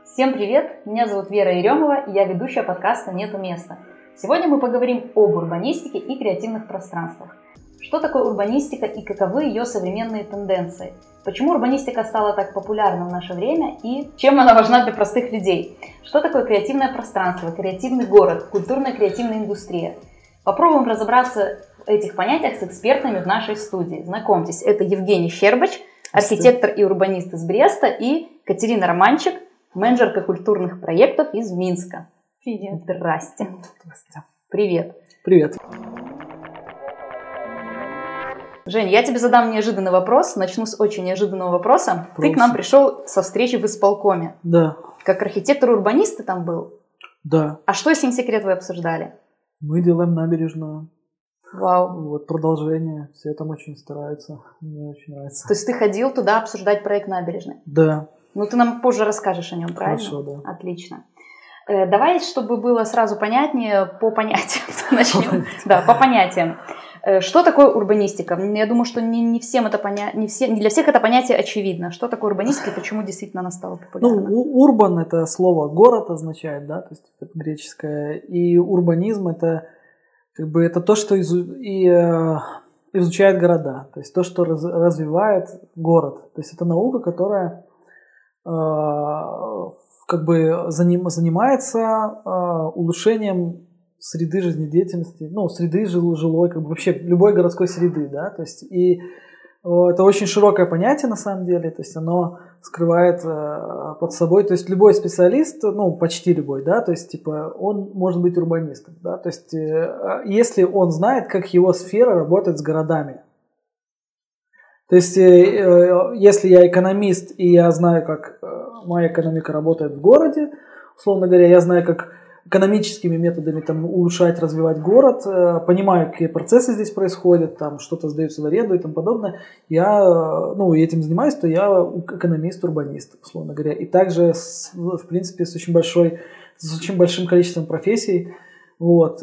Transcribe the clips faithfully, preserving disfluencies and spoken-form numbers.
Всем привет! Меня зовут Вера Еремова, и я ведущая подкаста «Нету места». Сегодня мы поговорим об урбанистике и креативных пространствах. Что такое урбанистика и каковы ее современные тенденции? Почему урбанистика стала так популярна в наше время и чем она важна для простых людей? Что такое креативное пространство, креативный город, культурная креативная индустрия? Попробуем разобраться в этих понятиях с экспертами в нашей студии. Знакомьтесь, это Евгений Щербач, архитектор и урбанист из Бреста, и Катерина Романчик, менеджерка культурных проектов из Минска. Привет. Здрасте. Здрасте. Привет. Привет. Жень, я тебе задам неожиданный вопрос. Начну с очень неожиданного вопроса. Просто. Ты к нам пришел со встречи в исполкоме. Да. Как архитектор-урбанист ты там был? Да. А что, если не секрет, вы обсуждали? Мы делаем набережную. Вау. Вот продолжение. Все там очень стараются. Мне очень нравится. То есть ты ходил туда обсуждать проект набережной? Да. Ну, ты нам позже расскажешь о нем, правильно? Хорошо, да. Отлично. Э, давай, чтобы было сразу понятнее, по понятиям начнем. Да, по понятиям. Э, что такое урбанистика? Я думаю, что не, не всем это поня... не, все... не для всех это понятие очевидно. Что такое урбанистика и почему действительно она стала популярна? Ну, урбан это слово город означает, да, то есть это греческое. И урбанизм это как бы это то, что изу... и, э, изучает города, то есть то, что раз... развивает город. То есть это наука, которая как бы занимается улучшением среды жизнедеятельности, ну, среды жилой, как бы вообще любой городской среды, да, то есть и это очень широкое понятие на самом деле, то есть оно скрывает под собой, то есть любой специалист, ну, почти любой, да, то есть типа он может быть урбанистом, да, то есть если он знает, как его сфера работает с городами. То есть, если я экономист, и я знаю, как моя экономика работает в городе, условно говоря, я знаю, как экономическими методами там, улучшать, развивать город, понимаю, какие процессы здесь происходят, там что-то сдается в аренду и тому подобное, я ну, этим занимаюсь, то я экономист-урбанист, условно говоря. И также, с, в принципе, с очень, большой, с очень большим количеством профессий, вот,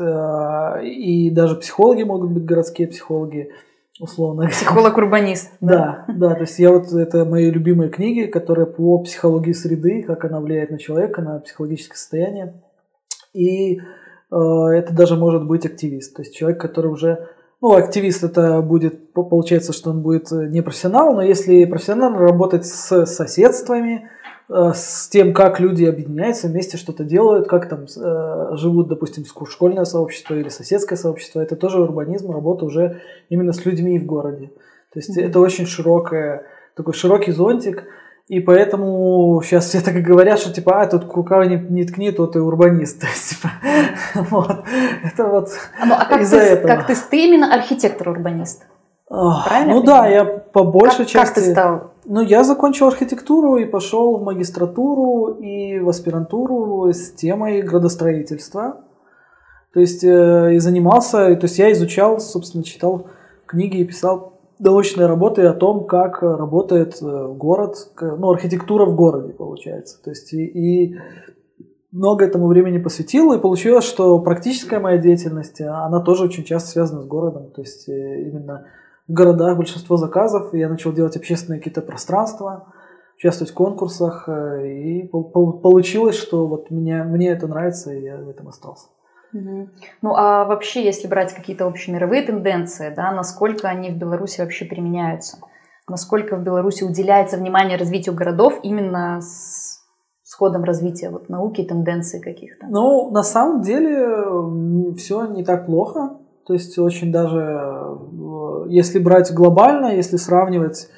и даже психологи могут быть, городские психологи, условно. Психолог-урбанист. Да, да, да, то есть я вот, это мои любимые книги, которые по психологии среды, как она влияет на человека, на психологическое состояние. И э, это даже может быть активист, то есть человек, который уже, ну, активист это будет, получается, что он будет не профессионал, но если профессионал работать с соседствами, э, с тем, как люди объединяются вместе, что-то делают, как там э, живут, допустим, школьное сообщество или соседское сообщество, это тоже урбанизм, работа уже именно с людьми в городе. То есть mm-hmm. это очень широкое, такой широкий зонтик, и поэтому сейчас все так и говорят, что типа, а, тут куда не, не ткни, тот и урбанист. То есть, типа, вот, это вот ну, а как из-за ты, этого. Как ты, ты именно архитектор-урбанист? Правильно? Ну да, я по большей как, части... Как ты стал? Ну, я закончил архитектуру и пошел в магистратуру и в аспирантуру с темой градостроительства. То есть, э, и занимался, то есть я изучал, собственно, читал книги и писал научные работы о том, как работает город, ну, архитектура в городе, получается. То есть, и, и много этому времени посвятил, и получилось, что практическая моя деятельность, она тоже очень часто связана с городом. То есть, именно в городах большинство заказов, и я начал делать общественные какие-то пространства, участвовать в конкурсах, и получилось, что вот мне, мне это нравится, и я в этом остался. Угу. Ну а вообще, если брать какие-то общемировые тенденции, да, насколько они в Беларуси вообще применяются? Насколько в Беларуси уделяется внимание развитию городов именно с, с ходом развития вот, науки и тенденций каких-то? Ну, на самом деле все не так плохо. То есть очень даже, если брать глобально, если сравнивать,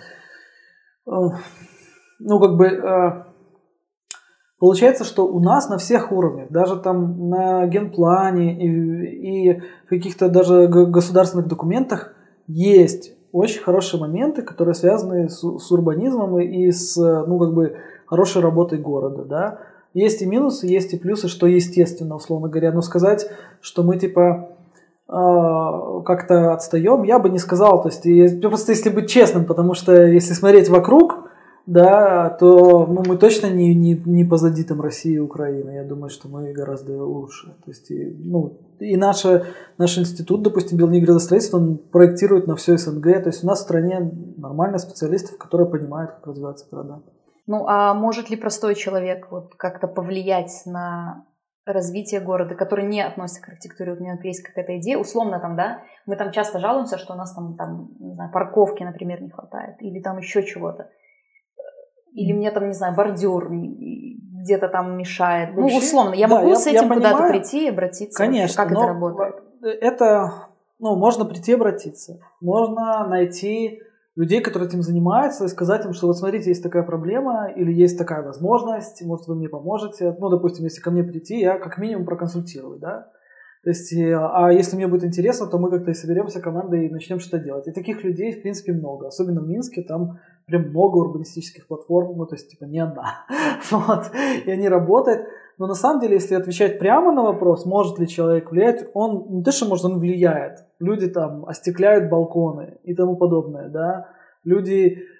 ну как бы... Получается, что у нас на всех уровнях, даже там на генплане и, и в каких-то даже государственных документах есть очень хорошие моменты, которые связаны с, с урбанизмом и с, ну, как бы, хорошей работой города, да. Есть и минусы, есть и плюсы, что естественно, условно говоря, но сказать, что мы типа э, как-то отстаем, я бы не сказал, то есть я, просто если быть честным, потому что если смотреть вокруг, да, то ну, мы точно не, не, не позади там России и Украины. Я думаю, что мы гораздо лучше. То есть, и, ну, и наша, наш институт, допустим, Белградостроительства, он проектирует на все СНГ. То есть у нас в стране нормально специалистов, которые понимают, как развиваться города. Ну, а может ли простой человек вот как-то повлиять на развитие города, который не относится к архитектуре? Вот у меня есть какая-то идея, условно там, да, мы там часто жалуемся, что у нас там, там не знаю, парковки, например, не хватает, или там еще чего-то. Или мне там, не знаю, бордюр где-то там мешает. Вообще, ну, условно, я да, могу я, с этим куда-то прийти и обратиться? Конечно. Вообще, как это работает? Это, ну, можно прийти и обратиться. Можно найти людей, которые этим занимаются, и сказать им, что вот смотрите, есть такая проблема, или есть такая возможность, может, вы мне поможете. Ну, допустим, если ко мне прийти, я как минимум проконсультирую, да. То есть, а если мне будет интересно, то мы как-то и соберемся командой и начнем что-то делать. И таких людей, в принципе, много. Особенно в Минске, там прям много урбанистических платформ, ну, то есть, типа, не одна. Вот. И они работают. Но на самом деле, если отвечать прямо на вопрос, может ли человек влиять, он не то, что может, он влияет. Люди там остекляют балконы и тому подобное, да. Люди э,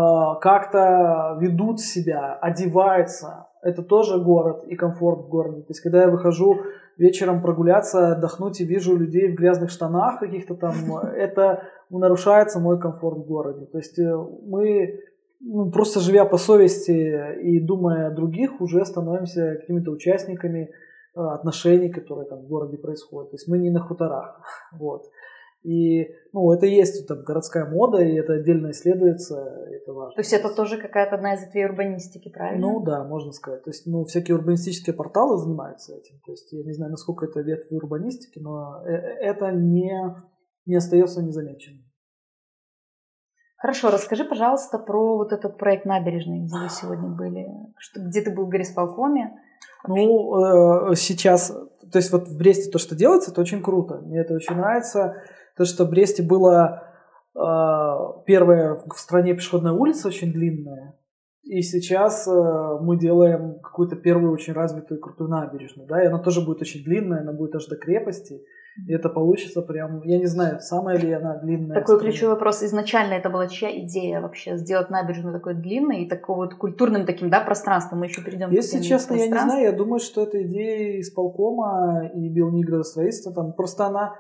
как-то ведут себя, одеваются. Это тоже город и комфорт в городе. То есть, когда я выхожу вечером прогуляться, отдохнуть и вижу людей в грязных штанах каких-то там, это нарушается мой комфорт в городе. То есть мы, ну, просто живя по совести и думая о других, уже становимся какими-то участниками отношений, которые там в городе происходят. То есть мы не на хуторах. Вот. И, ну, это есть там городская мода, и это отдельно исследуется, это важно. То есть это тоже какая-то одна из ветвей урбанистики, правильно? Ну да, можно сказать. То есть, ну, всякие урбанистические порталы занимаются этим. То есть я не знаю, насколько это ветвь урбанистики, но это не, не остается незамеченным. Хорошо, расскажи, пожалуйста, про вот этот проект набережной, где вы сегодня были. Что, где ты был в горисполкоме? Ну, э, сейчас, то есть вот в Бресте то, что делается, это очень круто. Мне это очень нравится. То, что в Бресте была э, первая в стране пешеходная улица, очень длинная. И сейчас э, мы делаем какую-то первую очень развитую крутую набережную. Да? И она тоже будет очень длинная, она будет аж до крепости. И это получится прям, я не знаю, самая ли она длинная. Такой ключевой вопрос. Изначально это была чья идея вообще сделать набережную такой длинной и такой вот культурным таким, да, пространством? Мы еще перейдем Если к честно, я не знаю, я думаю, что это идея исполкома и Белниградостроительства. Там просто она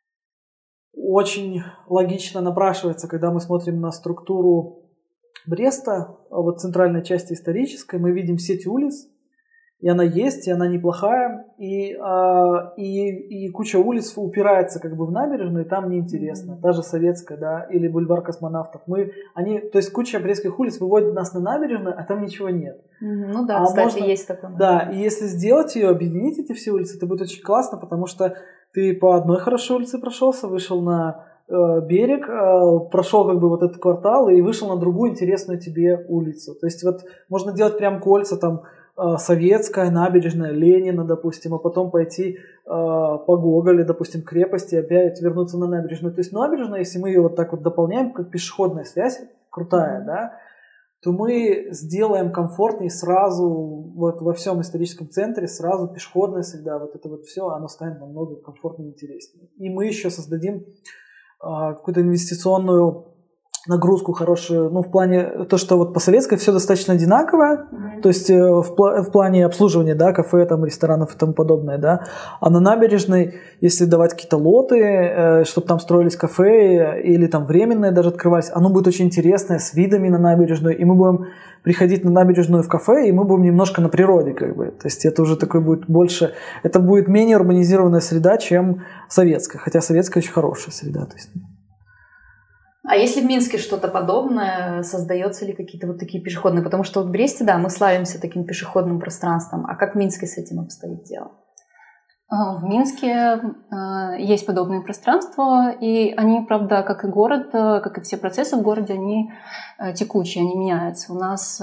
очень логично напрашивается, когда мы смотрим на структуру Бреста, вот центральной части исторической, мы видим сеть улиц, и она есть, и она неплохая, и, а, и, и куча улиц упирается как бы в набережную, и там неинтересно. Mm-hmm. Та же Советская, да, или бульвар Космонавтов. Мы, они, то есть куча брестских улиц выводит нас на набережную, а там ничего нет. Mm-hmm. Ну да, а кстати, можно, есть такое. Да, и если сделать ее, объединить эти все улицы, это будет очень классно, потому что ты по одной хорошей улице прошелся, вышел на э, берег, э, прошел как бы вот этот квартал и вышел на другую интересную тебе улицу. То есть вот можно делать прям кольца там, Советская, набережная, Ленина, допустим, а потом пойти э, по Гоголю, допустим, крепости, опять вернуться на набережную. То есть набережная, если мы ее вот так вот дополняем, как пешеходная связь, крутая, mm-hmm. да, то мы сделаем комфортнее сразу вот во всем историческом центре, сразу пешеходная среда, вот это вот все, оно станет намного комфортнее и интереснее. И мы еще создадим э, какую-то инвестиционную нагрузку хорошую, ну, в плане то, что вот по советской все достаточно одинаковое, mm-hmm. то есть в, в плане обслуживания, да, кафе, там, ресторанов и тому подобное, да, а на набережной, если давать какие-то лоты, э, чтобы там строились кафе или там временные даже открывались, оно будет очень интересное, с видами на набережную, и мы будем приходить на набережную в кафе, и мы будем немножко на природе, как бы, то есть это уже такой будет больше, это будет менее урбанизированная среда, чем советская, хотя советская очень хорошая среда, то есть... А если в Минске что-то подобное, создается ли какие-то вот такие пешеходные? Потому что в Бресте, да, мы славимся таким пешеходным пространством. А как в Минске с этим обстоит дело? В Минске есть подобные пространства, и они, правда, как и город, как и все процессы в городе, они текучие, они меняются. У нас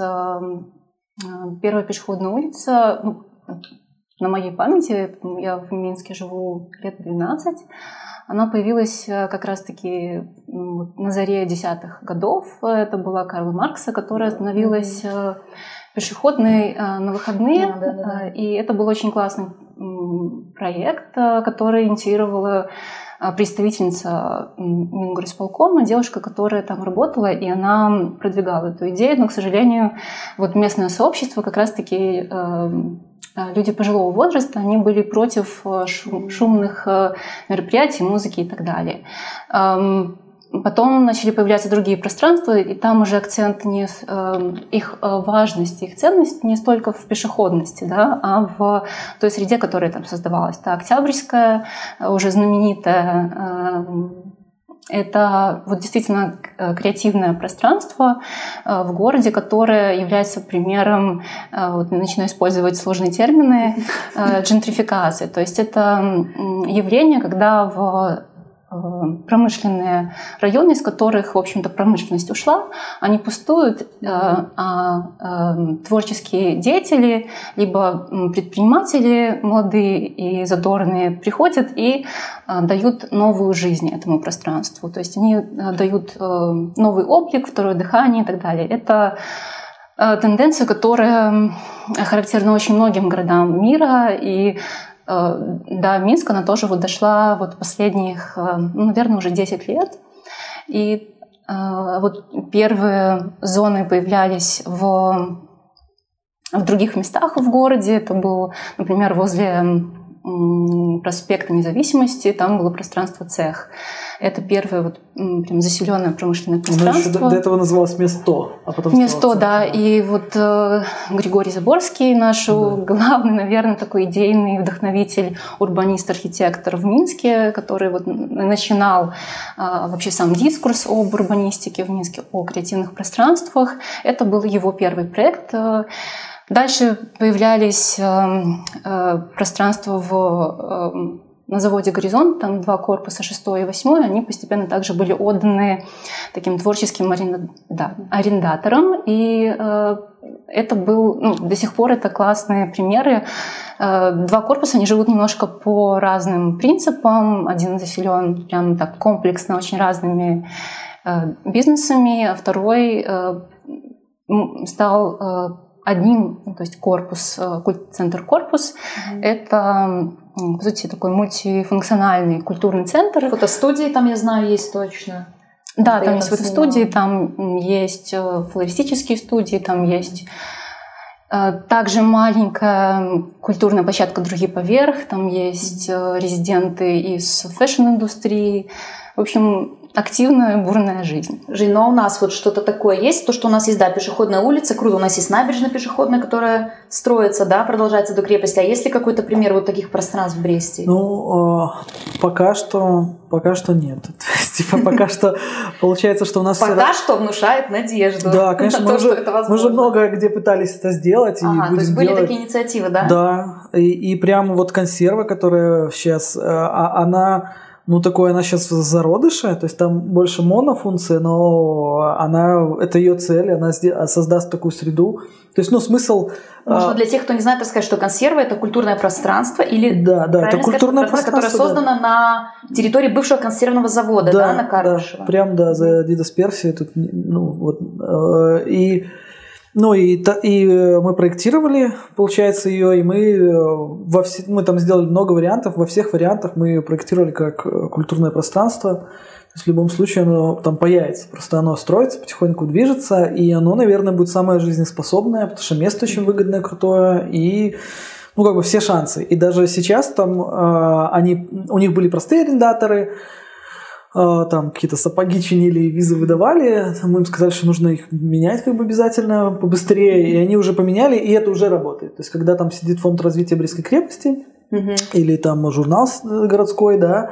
первая пешеходная улица, ну, на моей памяти, я в Минске живу лет двенадцать, она появилась как раз-таки на заре десятых годов. Это была Карла Маркса, которая становилась mm-hmm. пешеходной на выходные. Yeah, да, да, да. И это был очень классный проект, который инициировала представительница Мингорисполкома, девушка, которая там работала, и она продвигала эту идею. Но, к сожалению, вот местное сообщество как раз-таки... Люди пожилого возраста, они были против шум, шумных мероприятий, музыки и так далее. Потом начали появляться другие пространства, и там уже акцент не их важность, их ценность не столько в пешеходности, да, а в той среде, которая там создавалась. Это Октябрьская, уже знаменитая. Это вот действительно креативное пространство в городе, которое является примером, вот, начну использовать сложные термины, джентрификации. То есть это явление, когда в промышленные районы, из которых, в общем-то, промышленность ушла, они пустуют, а творческие деятели, либо предприниматели молодые и задорные приходят и дают новую жизнь этому пространству. То есть они дают новый облик, второе дыхание и так далее. Это тенденция, которая характерна очень многим городам мира, и до Минска она тоже вот дошла вот последних, ну, наверное, уже десять лет. И э, вот первые зоны появлялись в, в других местах в городе. Это был, например, возле м, проспекта Независимости, там было пространство «Цех». Это первое вот прям заселенное промышленное пространство. Оно еще до, до этого называлось «Место», а потом «Место», да. И вот э, Григорий Заборский, наш да. главный, наверное, такой идейный вдохновитель, урбанист, архитектор в Минске, который вот начинал э, вообще сам дискурс об урбанистике в Минске, о креативных пространствах. Это был его первый проект. Дальше появлялись э, э, пространства в... Э, на заводе «Горизонт», там два корпуса, шестой и восьмой, они постепенно также были отданы таким творческим аренда... да, арендаторам. И э, это был, ну, до сих пор это классные примеры. Э, два корпуса, они живут немножко по разным принципам. Один заселен прям так комплексно, очень разными э, бизнесами, а второй э, стал... Э, одним, то есть корпус, центр корпус, mm-hmm. это, по сути, такой мультифункциональный культурный центр. Фотостудии там, я знаю, есть точно. Да, это там есть фотостудии, там есть флористические студии, там есть также маленькая культурная площадка «Другие поверх», там есть mm-hmm. резиденты из фэшн-индустрии. В общем, активная, бурная жизнь. Жень, ну а у нас вот что-то такое есть? То, что у нас есть, да, пешеходная улица, круто, у нас есть набережная пешеходная, которая строится, да, продолжается до крепости. А есть ли какой-то пример вот таких пространств в Бресте? Ну, пока что, пока что нет. То есть, типа, пока что получается, что у нас... Пока что внушает надежду. Да, конечно, мы уже много где пытались это сделать. Ага, то есть были такие инициативы, да? Да, и прямо вот консерва, которая сейчас, она... Ну, такое она сейчас в зародыше, то есть там больше монофункция, но она, это ее цель, она создаст такую среду. То есть, ну, смысл... Можно для тех, кто не знает, сказать, что консерва – это культурное пространство или, да, да, это культурное сказать, пространство, которое создано да. на территории бывшего консервного завода, да, да на Карбышева. Да, прям, да, за Дидасперсией тут, ну, вот, и... Ну и, и мы проектировали, получается, ее, и мы, во все, мы там сделали много вариантов, во всех вариантах мы ее проектировали как культурное пространство. То есть в любом случае оно там появится, просто оно строится, потихоньку движется, и оно, наверное, будет самое жизнеспособное, потому что место очень выгодное, крутое, и ну как бы все шансы. И даже сейчас там э, они, у них были простые арендаторы, там какие-то сапоги чинили и визы выдавали, мы им сказали, что нужно их менять как бы обязательно побыстрее, и они уже поменяли, и это уже работает. То есть, когда там сидит фонд развития Брестской крепости, uh-huh. или там журнал городской, да,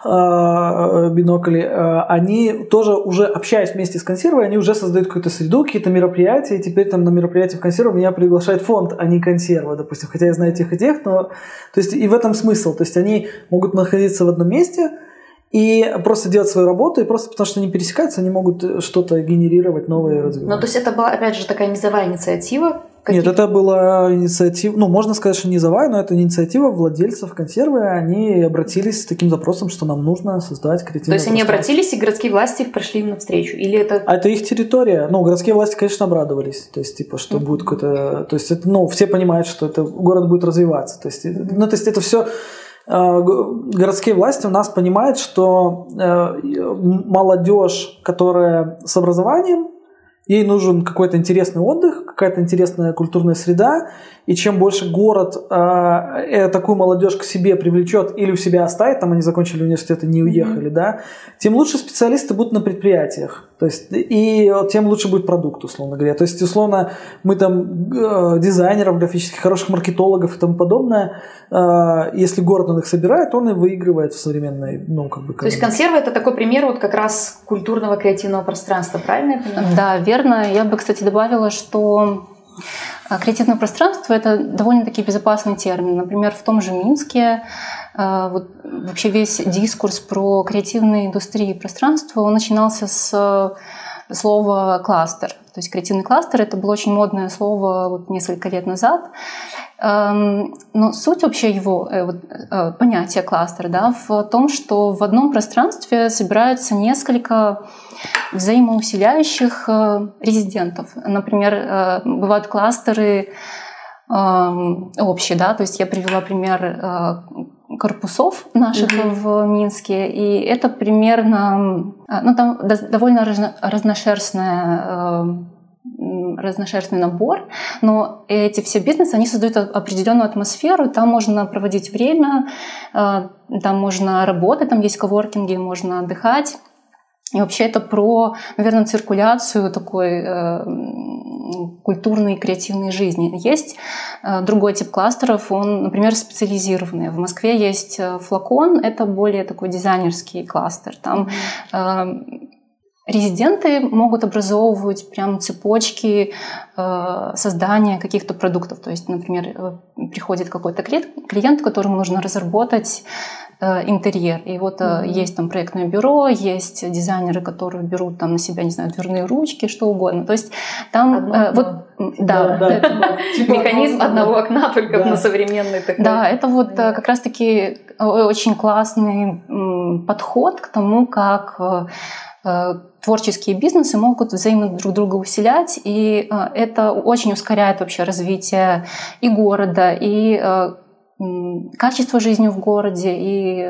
бинокли, они тоже уже, общаясь вместе с консервой, они уже создают какую-то среду, какие-то мероприятия, и теперь там на мероприятие в консерву меня приглашает фонд, а не консерва, допустим, хотя я знаю тех и тех, но, то есть, и в этом смысл, то есть, они могут находиться в одном месте, и просто делать свою работу, и просто потому что они пересекаются, они могут что-то генерировать новое и развивать. Ну, то есть это была, опять же, такая низовая инициатива? Нет, это была инициатива, ну, можно сказать, что низовая, но это инициатива владельцев консервы. Они обратились с таким запросом, что нам нужно создать креативное То есть они обратились, и городские власти пришли им навстречу? Или это... А это их территория. Ну, городские власти, конечно, обрадовались. То есть, типа, что mm-hmm. будет какой-то... То есть, это, ну, все понимают, что это город будет развиваться. То есть, ну, то есть это все... Городские власти у нас понимают, что молодежь, которая с образованием Ей нужен какой-то интересный отдых, какая-то интересная культурная среда, и чем больше город э, такую молодежь к себе привлечет или у себя оставит, там они закончили университет и не уехали, mm-hmm. да, тем лучше специалисты будут на предприятиях, то есть, и тем лучше будет продукт, условно говоря. То есть, условно, мы там э, дизайнеров графических, хороших маркетологов и тому подобное, э, если город он их собирает, он и выигрывает в современной, ну, как бы... Как то есть, консерва – это такой пример вот как раз культурного креативного пространства, правильно я понимаю? Да, верно. Я бы, кстати, добавила, что креативное пространство – это довольно-таки безопасный термин. Например, в том же Минске вот, вообще весь дискурс про креативные индустрии и пространство, он начинался с слова «кластер». То есть креативный кластер – это было очень модное слово вот несколько лет назад. Но суть вообще его вот, понятия кластера, да, в том, что в одном пространстве собираются несколько взаимоусиляющих резидентов. Например, бывают кластеры общие, да, то есть я привела пример корпусов наших mm-hmm. в Минске, и это примерно, ну там довольно разношерстная разношерстный набор, но эти все бизнесы, они создают определенную атмосферу, там можно проводить время, там можно работать, там есть коворкинги, можно отдыхать. И вообще это про, наверное, циркуляцию такой э, культурной и креативной жизни. Есть э, другой тип кластеров, он, например, специализированный. В Москве есть флакон, это более такой дизайнерский кластер. Там э, резиденты могут образовывать прям цепочки э, создания каких-то продуктов. То есть, например, э, приходит какой-то клиент, которому нужно разработать э, интерьер. И вот э, mm-hmm. есть там проектное бюро, есть дизайнеры, которые берут там на себя, не знаю, дверные ручки, что угодно. То есть там э, вот да, да, да, да. Механизм одного окна, только да. на современный такой. Да, это вот да. как раз-таки очень классный подход к тому, как творческие бизнесы могут взаимно друг друга усилять, и это очень ускоряет вообще развитие и города, и качество жизни в городе, и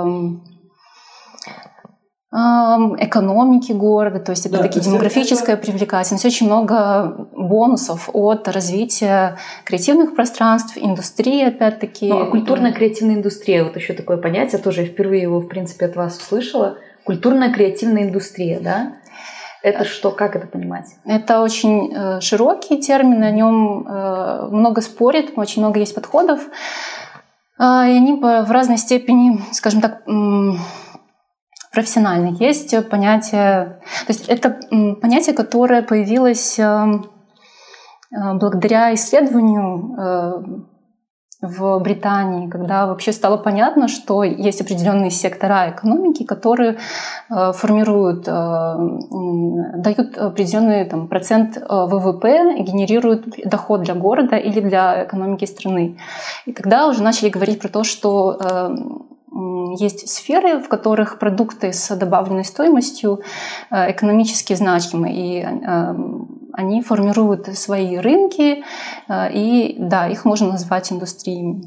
экономики города, то есть это да, такие демографическая это... привлекательность, очень много бонусов от развития креативных пространств, индустрии, опять-таки. Ну, а культурная креативная индустрия, вот еще такое понятие, тоже я впервые его, в принципе, от вас услышала. Культурная креативная индустрия, да? Это что, как это понимать? Это очень э, широкий термин, о нем э, много спорят, очень много есть подходов, э, и они в разной степени, скажем так, э, профессиональны. Есть понятие, то есть это э, понятие, которое появилось э, э, благодаря исследованию э, в Британии, когда вообще стало понятно, что есть определенные сектора экономики, которые э, формируют, э, дают определенный там, процент ВВП и генерируют доход для города или для экономики страны. И тогда уже начали говорить про то, что э, есть сферы, в которых продукты с добавленной стоимостью э, экономически значимы, и э, они формируют свои рынки, и да, их можно назвать индустриями.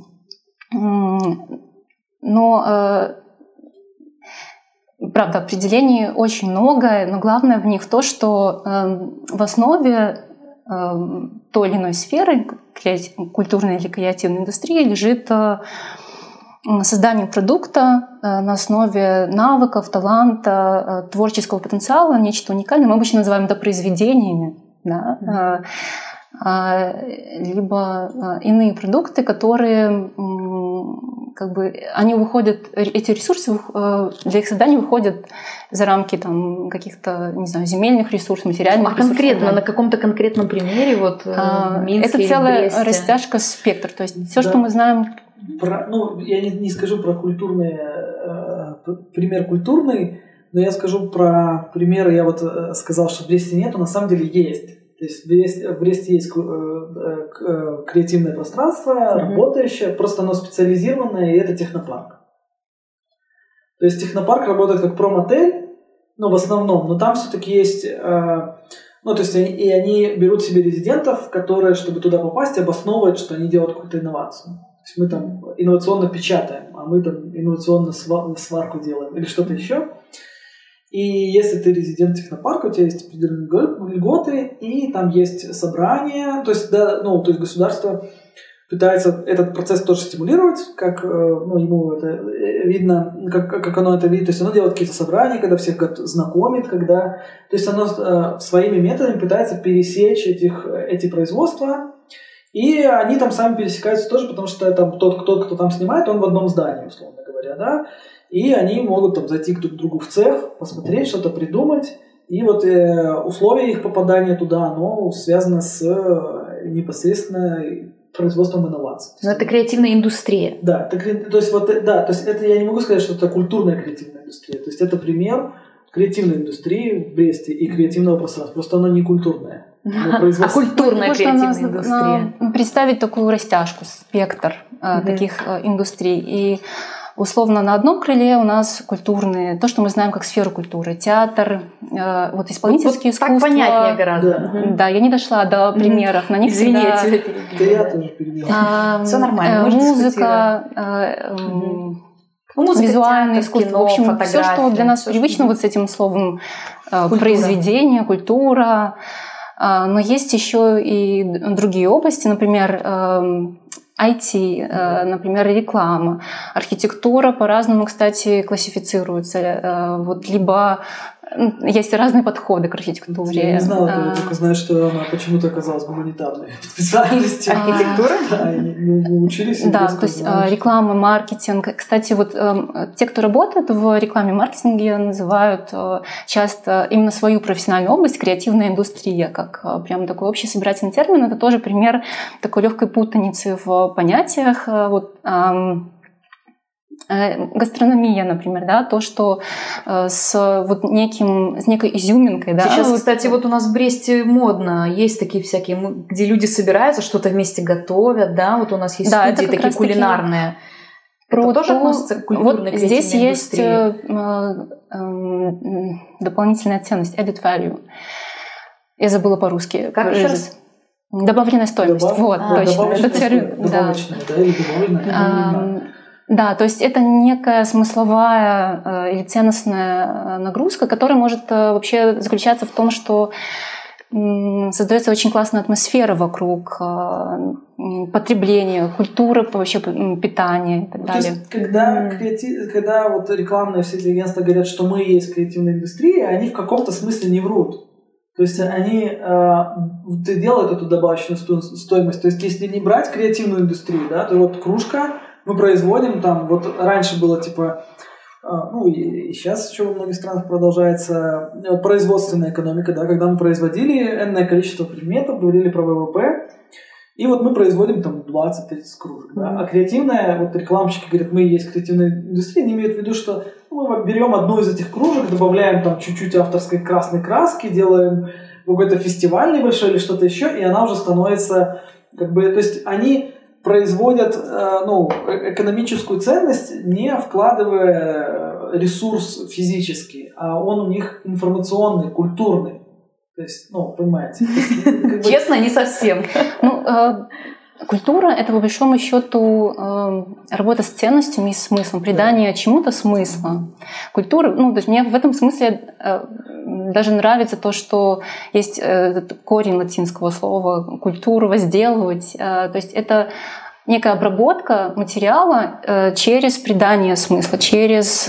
Но, правда, определений очень много, но главное в них то, что в основе той или иной сферы, культурной или креативной индустрии, лежит создание продукта на основе навыков, таланта, творческого потенциала, нечто уникальное. Мы обычно называем это произведениями. Да, mm-hmm. либо иные продукты, которые как бы они выходят, эти ресурсы для их создания выходят за рамки там каких-то, не знаю, земельных ресурсов, материальных а ресурсов. Конкретно, на каком-то конкретном примере, вот в Минске, это целая Бресте. Растяжка спектр, то есть все, да. что мы знаем. Про, ну, я не, не скажу про культурный э, пример культурный. Но я скажу про примеры, я вот сказал, что в Бресте нету, на самом деле есть. То есть в Бресте, в Бресте есть креативное пространство, mm-hmm. работающее, просто оно специализированное, и это технопарк. То есть технопарк работает как промотель, ну, в основном, но там все-таки есть, ну, то есть и они берут себе резидентов, которые, чтобы туда попасть, обосновывают, что они делают какую-то инновацию. То есть мы там инновационно печатаем, а мы там инновационно сварку делаем или что-то еще. И если ты резидент технопарка, у тебя есть определенные льготы, и там есть собрания, то есть, да, ну, то есть государство пытается этот процесс тоже стимулировать, как, ну, ему это видно, как, как оно это видит, то есть оно делает какие-то собрания, когда всех знакомит, когда, то есть оно э, своими методами пытается пересечь этих, эти производства, и они там сами пересекаются тоже, потому что там тот, тот, кто там снимает, он в одном здании, условно говоря, да, и они могут там зайти друг к другу в цех, посмотреть, что-то придумать, и вот э, условия их попадания туда, оно связано с э, непосредственно производством инноваций. Но это креативная индустрия. Да, это, то есть вот, да, то есть это я не могу сказать, что это культурная креативная индустрия. То есть это пример креативной индустрии в Бресте и креативного пространства. Просто оно не культурное. А культурная креативная индустрия? Представить такую растяжку, спектр mm-hmm. таких индустрий. И условно на одном крыле у нас культурные, то, что мы знаем как сферу культуры, театр, э, вот исполнительские вот, вот искусства. Так понятнее гораздо. Да, да, я не дошла до примеров. На них Извини, всегда... я тебя перебила. Я тоже перебила. А, Все нормально, э, музыка, э, угу. музыка, визуальное театр, искусство, кино, в общем, все, что для нас привычно вот с этим словом э, произведение, культура. Э, но есть еще и другие области, например, э, ай ти, например, реклама, архитектура по-разному, кстати, классифицируется. Вот либо есть разные подходы к архитектуре. Я не знала, а... я только знаю, что она почему-то оказалась гуманитарной специальностью. Архитектура? Да, мы учились. Да, то есть реклама, маркетинг. Кстати, вот те, кто работает в рекламе и маркетинге, называют часто именно свою профессиональную область креативная индустрия, как прям такой общий собирательный термин. Это тоже пример такой легкой путаницы в понятиях. Вот, гастрономия, например, да, то, что э, с вот неким, с некой изюминкой, да. Сейчас, кстати, вот у нас в Бресте модно, есть такие всякие, где люди собираются, что-то вместе готовят, да, вот у нас есть да, студии такие кулинарные. Про это тоже то, относится к культурной вот здесь индустрии? Есть э, э, дополнительная ценность, added value. Я забыла по-русски. Как еще раз? Добавленная стоимость. Добав... Вот, а, точно. Это термин. Добавочная, да, или добавленная. Да, то есть это некая смысловая э, или ценностная нагрузка, которая может э, вообще заключаться в том, что э, создается очень классная атмосфера вокруг э, потребления, культуры вообще питания и так ну, далее. То есть, когда, mm. креатив, когда вот рекламные все эти агентства говорят, что мы есть креативная индустрия, они в каком-то смысле не врут. То есть они э, делают эту добавочную стоимость. То есть если не брать креативную индустрию, да, то вот кружка мы производим там, вот раньше было типа, э, ну и, и сейчас еще во многих странах продолжается производственная экономика, да, когда мы производили энное количество предметов, говорили про вэ вэ пэ, и вот мы производим там двадцать-тридцать кружек, да, mm-hmm. а креативная, вот рекламщики говорят, мы и есть креативная индустрия, они имеют в виду, что мы берем одну из этих кружек, добавляем там чуть-чуть авторской красной краски, делаем какой-то фестиваль небольшой или что-то еще, и она уже становится как бы, то есть они производят э, ну, экономическую ценность, не вкладывая ресурс физический, а он у них информационный, культурный. То есть, ну, понимаете. Честно, не совсем. Культура — это, по большому счету, работа с ценностями и смыслом, придание да. чему-то смысла. Культура, ну, то есть мне в этом смысле даже нравится то, что есть этот корень латинского слова «культуру», «возделывать». То есть это некая обработка материала через придание смысла, через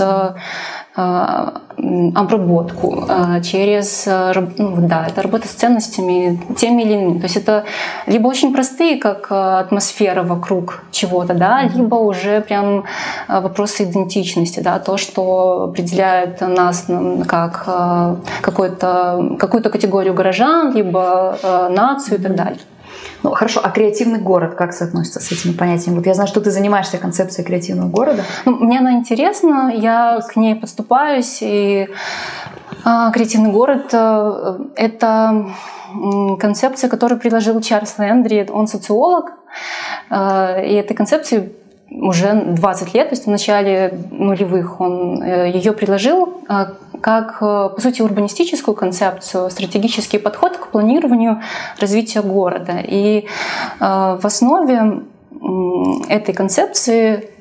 обработку, через, ну, да, это работа с ценностями теми или иными. То есть это либо очень простые, как атмосфера вокруг чего-то, да, либо уже прям вопросы идентичности, да, то, что определяет нас как какую-то, какую-то категорию горожан, либо нацию и так далее. Ну, хорошо, а креативный город как соотносится с этими понятиями? Вот я знаю, что ты занимаешься концепцией креативного города. Ну, мне она интересна, я к ней подступаюсь, и а, креативный город а, — это концепция, которую предложил Чарльз Лэндри, он социолог, а, и этой концепции уже двадцать лет, то есть в начале нулевых он ее предложил как, по сути, урбанистическую концепцию, стратегический подход к планированию развития города. И в основе этой концепции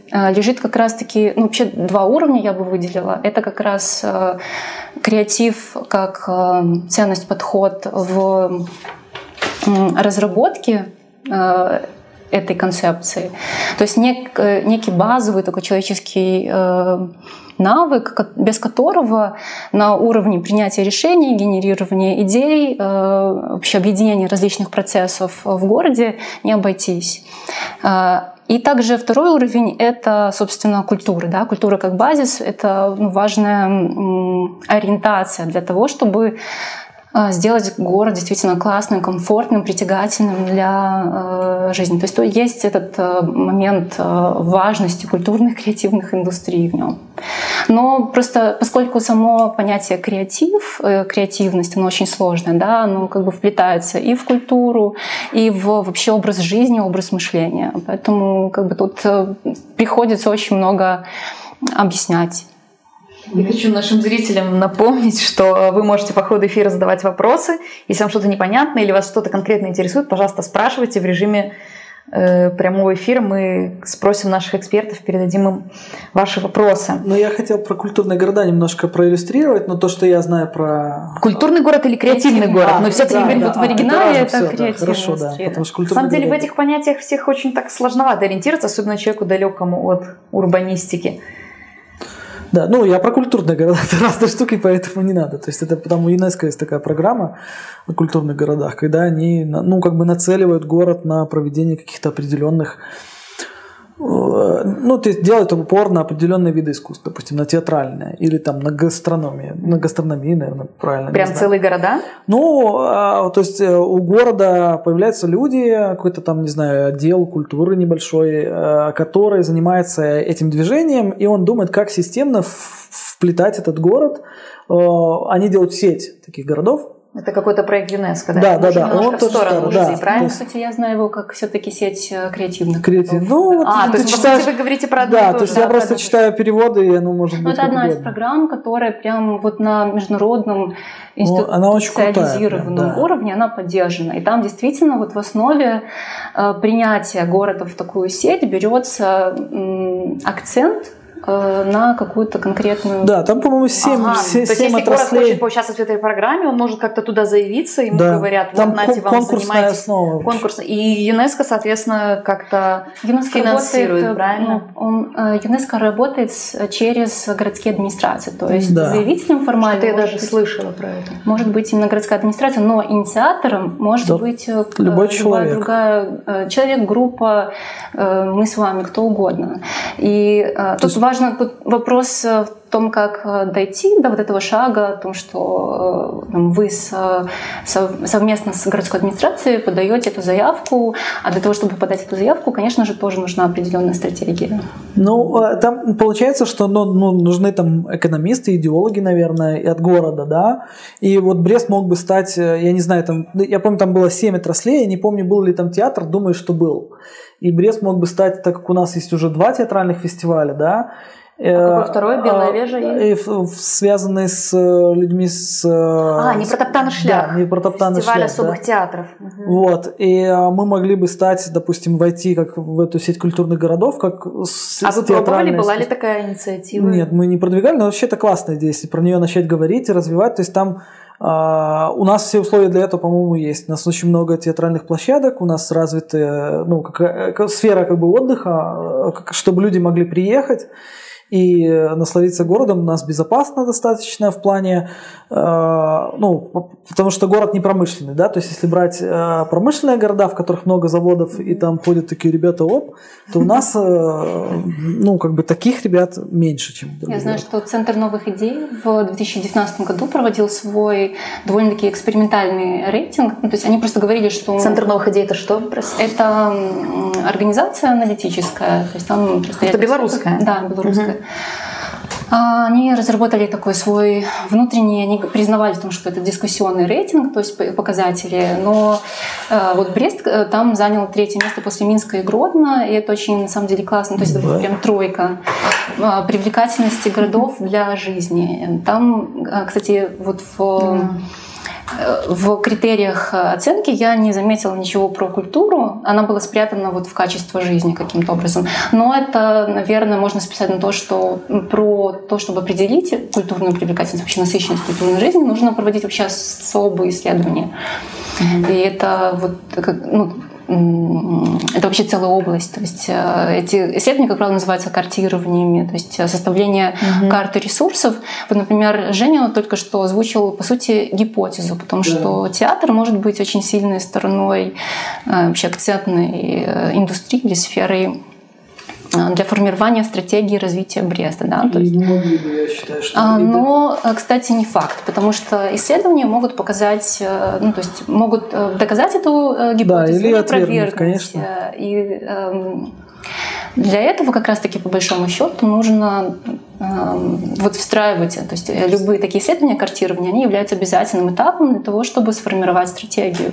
лежит как раз-таки, ну, вообще два уровня я бы выделила. Это как раз креатив как ценность, подход в разработке этой концепции. То есть нек, некий базовый такой человеческий навык, без которого на уровне принятия решений, генерирования идей, вообще объединения различных процессов в городе не обойтись. И также второй уровень — это, собственно, культура. Да? Культура как базис — это, ну, важная ориентация для того, чтобы сделать город действительно классным, комфортным, притягательным для э, жизни. То есть то есть этот э, момент э, важности культурных, креативных индустрий в нем. Но просто поскольку само понятие креатив, э, креативность, оно очень сложное, да, оно как бы вплетается и в культуру, и в вообще образ жизни, образ мышления. Поэтому как бы тут э, приходится очень много объяснять. Я хочу нашим зрителям напомнить, что вы можете по ходу эфира задавать вопросы. Если вам что-то непонятно или вас что-то конкретно интересует, пожалуйста, спрашивайте в режиме э, прямого эфира. Мы спросим наших экспертов, передадим им ваши вопросы. Ну, я хотел про культурные города немножко проиллюстрировать, но то, что я знаю про... Культурный город или креативный город? А, но все-таки да, говорим, да, вот в а, оригинале это, это, это креативность. Да, хорошо, да. Потому что На самом деле город... в этих понятиях всех очень так сложновато ориентироваться, особенно человеку далекому от урбанистики. Да, ну я про культурные города, это разные штуки, поэтому не надо. То есть это потому у ЮНЕСКО есть такая программа о культурных городах, когда они, ну, как бы нацеливают город на проведение каких-то определенных, ну, то есть делают упор на определенные виды искусств, допустим, на театральное или там на гастрономию, на гастрономию, наверное, правильно. Прям целые города? Ну, то есть у города появляются люди, какой-то там, не знаю, отдел культуры небольшой, который занимается этим движением, и он думает, как системно вплетать этот город. Они делают сеть таких городов. Это какой-то проект ЮНЕСКО, да? Да, да, да. Он в сторону да, ушли, правильно? Кстати, я знаю его как все-таки сеть креативных. Креатив. Ну, а, ты, то ты есть, читаешь... вы говорите про одно Да, и то то есть же. я Да, просто да, читаю да. переводы, и оно может ну, быть. это одна угодно. из программ, которая прям вот на международном институциализированном да. уровне она поддержана. И там действительно вот в основе э, принятия города в такую сеть берется м, акцент на какую-то конкретную... Да, там, по-моему, семь, ага. семь, То есть, семь если отраслей. город хочет поучаствовать в этой программе, он может как-то туда заявиться, ему да. говорят, вот, там нате, вам конкурсная основа. Конкурс. И ЮНЕСКО, соответственно, как-то ЮНЕСКО финансирует, работает, правильно? Он, ЮНЕСКО работает через городские администрации, то есть да. заявителем формально... Что-то я даже быть, слышала про это. Может быть именно городская администрация, но инициатором может да. быть любой любая человек. другая человек, группа, мы с вами, кто угодно. И то тут есть... важно тут вопрос в том, как дойти до вот этого шага, о том, что там, вы с, со, совместно с городской администрацией подаете эту заявку, а для того, чтобы подать эту заявку, конечно же, тоже нужна определенная стратегия. Ну, там получается, что ну, ну, нужны там экономисты, идеологи, наверное, и от города, да, и вот Брест мог бы стать, я не знаю, там, я помню, там было семь отраслей, я не помню, был ли там театр, думаю, что был. И Брест мог бы стать, так как у нас есть уже два театральных фестиваля, да. А какой второй? Белая вежа? И... И связанные с людьми с... А, не протоптанный шлях. Да, не протоптанный Фестиваль шлях, особых да. театров. Угу. Вот. И мы могли бы стать, допустим, войти как в эту сеть культурных городов, как с, А с вы пробовали? Была искусств... ли такая инициатива? Нет, мы не продвигали, но вообще это классная идея, если про нее начать говорить и развивать. То есть там Uh, у нас все условия для этого, по-моему, есть. У нас очень много театральных площадок, у нас развита ну, как, как, сфера как бы, отдыха, как, чтобы люди могли приехать и насладиться городом. У нас безопасно достаточно в плане, э, ну, потому что город не промышленный, да, то есть если брать э, промышленные города, в которых много заводов, и там ходят такие ребята, оп, то у нас, э, ну, как бы таких ребят меньше, чем в других. Я знаю, что Центр новых идей в две тысячи девятнадцатом году проводил свой довольно-таки экспериментальный рейтинг, ну, то есть они просто говорили, что... Центр новых идей — это что? Это организация аналитическая, то есть там... Это белорусская? Да, белорусская. Угу. Они разработали такой свой внутренний, они признавали в том, что это дискуссионный рейтинг, то есть показатели, но вот Брест там занял третье место после Минска и Гродно, и это очень, на самом деле, классно, то есть это прям тройка привлекательности городов для жизни. Там, кстати, вот в... в критериях оценки я не заметила ничего про культуру. Она была спрятана вот в качество жизни каким-то образом. Но это, наверное, можно списать на то, что про то, чтобы определить культурную привлекательность, вообще насыщенность культурной жизни, нужно проводить вообще особые исследования. Mm-hmm. И это вот, ну, это вообще целая область. То есть эти исследования, как правило, называются картированиями, то есть составление mm-hmm. карты ресурсов. Вот, например, Женя только что озвучил, по сути, гипотезу, потому yeah. что театр может быть очень сильной стороной вообще акцентной индустрии или сферой для формирования стратегии развития Бреста. Да? То есть, не могли бы, я считаю, что... А, но, кстати, не факт, потому что исследования могут показать, ну, то есть могут доказать эту гипотезу, да, или опровергнуть. Конечно. И эм, для этого как раз-таки, по большому счету, нужно эм, вот встраивать, то есть любые такие исследования, картирования, они являются обязательным этапом для того, чтобы сформировать стратегию.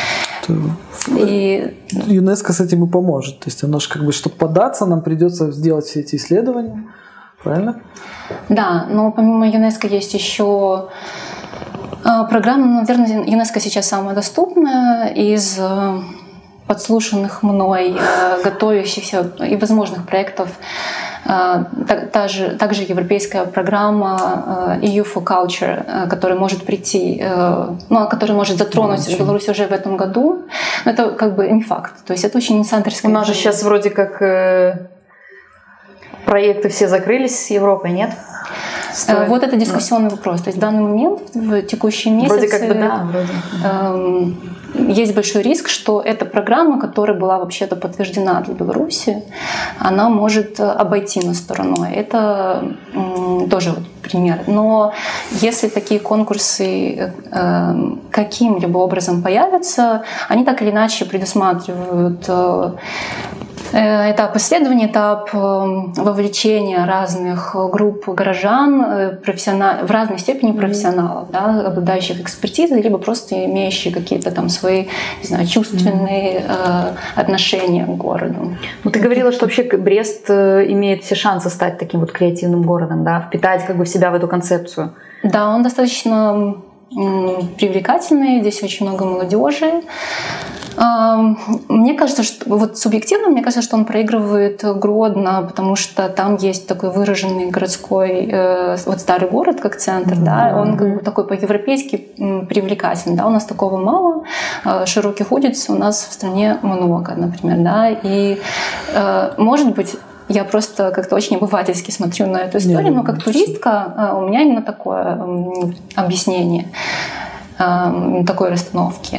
И ЮНЕСКО с этим и поможет. То есть оно же как бы, чтобы податься, нам придется сделать все эти исследования. Правильно? Да, но помимо ЮНЕСКО есть еще программа, наверное, ЮНЕСКО сейчас самая доступная из подслушанных мной, готовящихся и возможных проектов. Также, также европейская программа и ю for Culture, которая может прийти, ну, которая может затронуть ну, Беларусь уже в этом году. Но это как бы не факт. То есть это очень инсайдерская. У нас же сейчас вроде как э, проекты все закрылись с Европой, нет? Стоит. Вот это дискуссионный да. вопрос. То есть в данный момент, в текущие месяцы, вроде как бы да, вроде. Эм, есть большой риск, что эта программа, которая была вообще-то подтверждена для Беларуси, она может обойти нас стороной. Это м, тоже вот пример. Но если такие конкурсы э, каким-либо образом появятся, они так или иначе предусматривают э, этап исследования, этап вовлечения разных групп горожан профессионал, в разной степени профессионалов, да, обладающих экспертизой, либо просто имеющие какие-то там свои, не знаю, чувственные mm-hmm. э, отношения к городу. Ну, ты говорила, что вообще Брест имеет все шансы стать таким вот креативным городом, да, впитать как бы в себя в эту концепцию. Да, он достаточно м, привлекательный, здесь очень много молодежи. Мне кажется, что вот субъективно, мне кажется, что он проигрывает Гродно, потому что там есть такой выраженный городской, вот старый город как центр, mm-hmm. да, он как бы такой по-европейски привлекательный, да, у нас такого мало, широких улиц у нас в стране много, например, да, и может быть я просто как-то очень обывательски смотрю на эту историю, Нет, но как туристка у меня именно такое объяснение такой расстановки.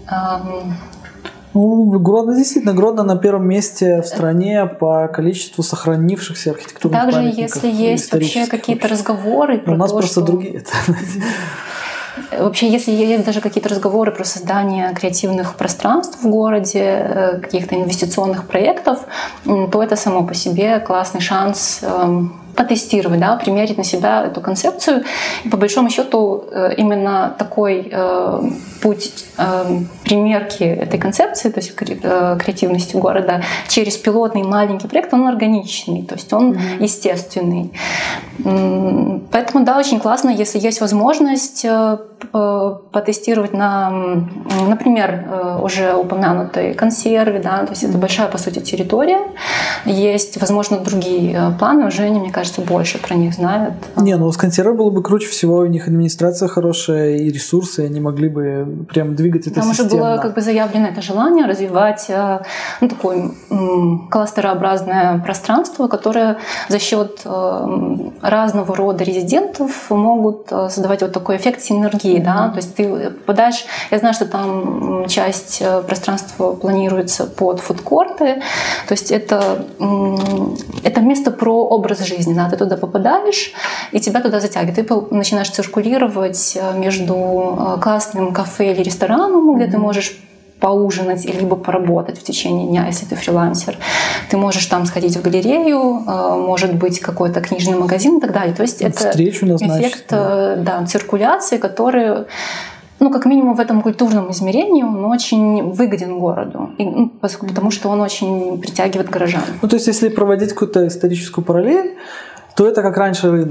Ну, Гродно действительно, Гродно на первом месте в стране по количеству сохранившихся архитектурных Также, памятников. Также, если есть вообще какие-то разговоры про У нас то, просто что... другие. Вообще, если есть даже какие-то разговоры про создание креативных пространств в городе, каких-то инвестиционных проектов, то это само по себе классный шанс потестировать, да, примерить на себя эту концепцию. И по большому счету именно такой э, путь э, примерки этой концепции, то есть креативности города, через пилотный маленький проект, он органичный, то есть он mm-hmm. естественный. Поэтому, да, очень классно, если есть возможность э, потестировать на, например, уже упомянутой консерве, да, то есть mm-hmm. это большая, по сути, территория. Есть, возможно, другие планы, уже они, мне кажется, больше про них знают. Не, ну с консервой было бы круче всего, у них администрация хорошая и ресурсы, они могли бы прям двигать это системно. Там уже было как бы заявлено это желание развивать ну, такое м, кластерообразное пространство, которое за счет э, разного рода резидентов могут создавать вот такой эффект синергии. Mm-hmm. Да? То есть ты попадаешь, я знаю, что там часть пространства планируется под фудкорты, то есть это, это место про образ жизни. Да? Ты туда попадаешь, и тебя туда затягивает. Ты начинаешь циркулировать между классным кафе или рестораном, где mm-hmm. ты можешь поужинать либо поработать в течение дня, если ты фрилансер. Ты можешь там сходить в галерею, может быть, какой-то книжный магазин и так далее. То есть это эффект да. Да, циркуляции, который, ну, как минимум в этом культурном измерении, он очень выгоден городу, и, ну, потому что он очень притягивает горожан. Ну, то есть если проводить какую-то историческую параллель, то это как раньше рынок.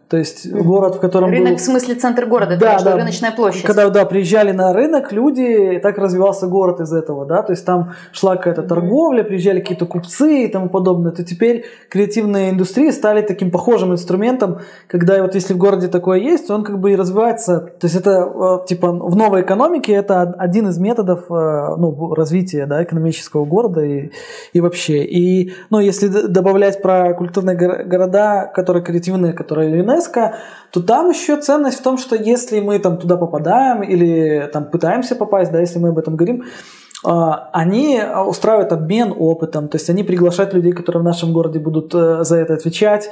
То есть mm-hmm. город, в котором рынок был... в смысле центр города, да, это да. рыночная площадь. Когда да, приезжали на рынок люди, так развивался город из этого, да, то есть там шла какая-то mm-hmm. торговля, приезжали какие-то купцы и тому подобное, то теперь креативные индустрии стали таким похожим инструментом, когда вот если в городе такое есть, он как бы и развивается, то есть это типа в новой экономике это один из методов ну, развития да, экономического города и, и вообще. И ну, если добавлять про культурные города, которые креативные, которые ЮНЕСКО, то там еще ценность в том, что если мы там туда попадаем или там пытаемся попасть, да, если мы об этом говорим, они устраивают обмен опытом, то есть они приглашают людей, которые в нашем городе будут за это отвечать,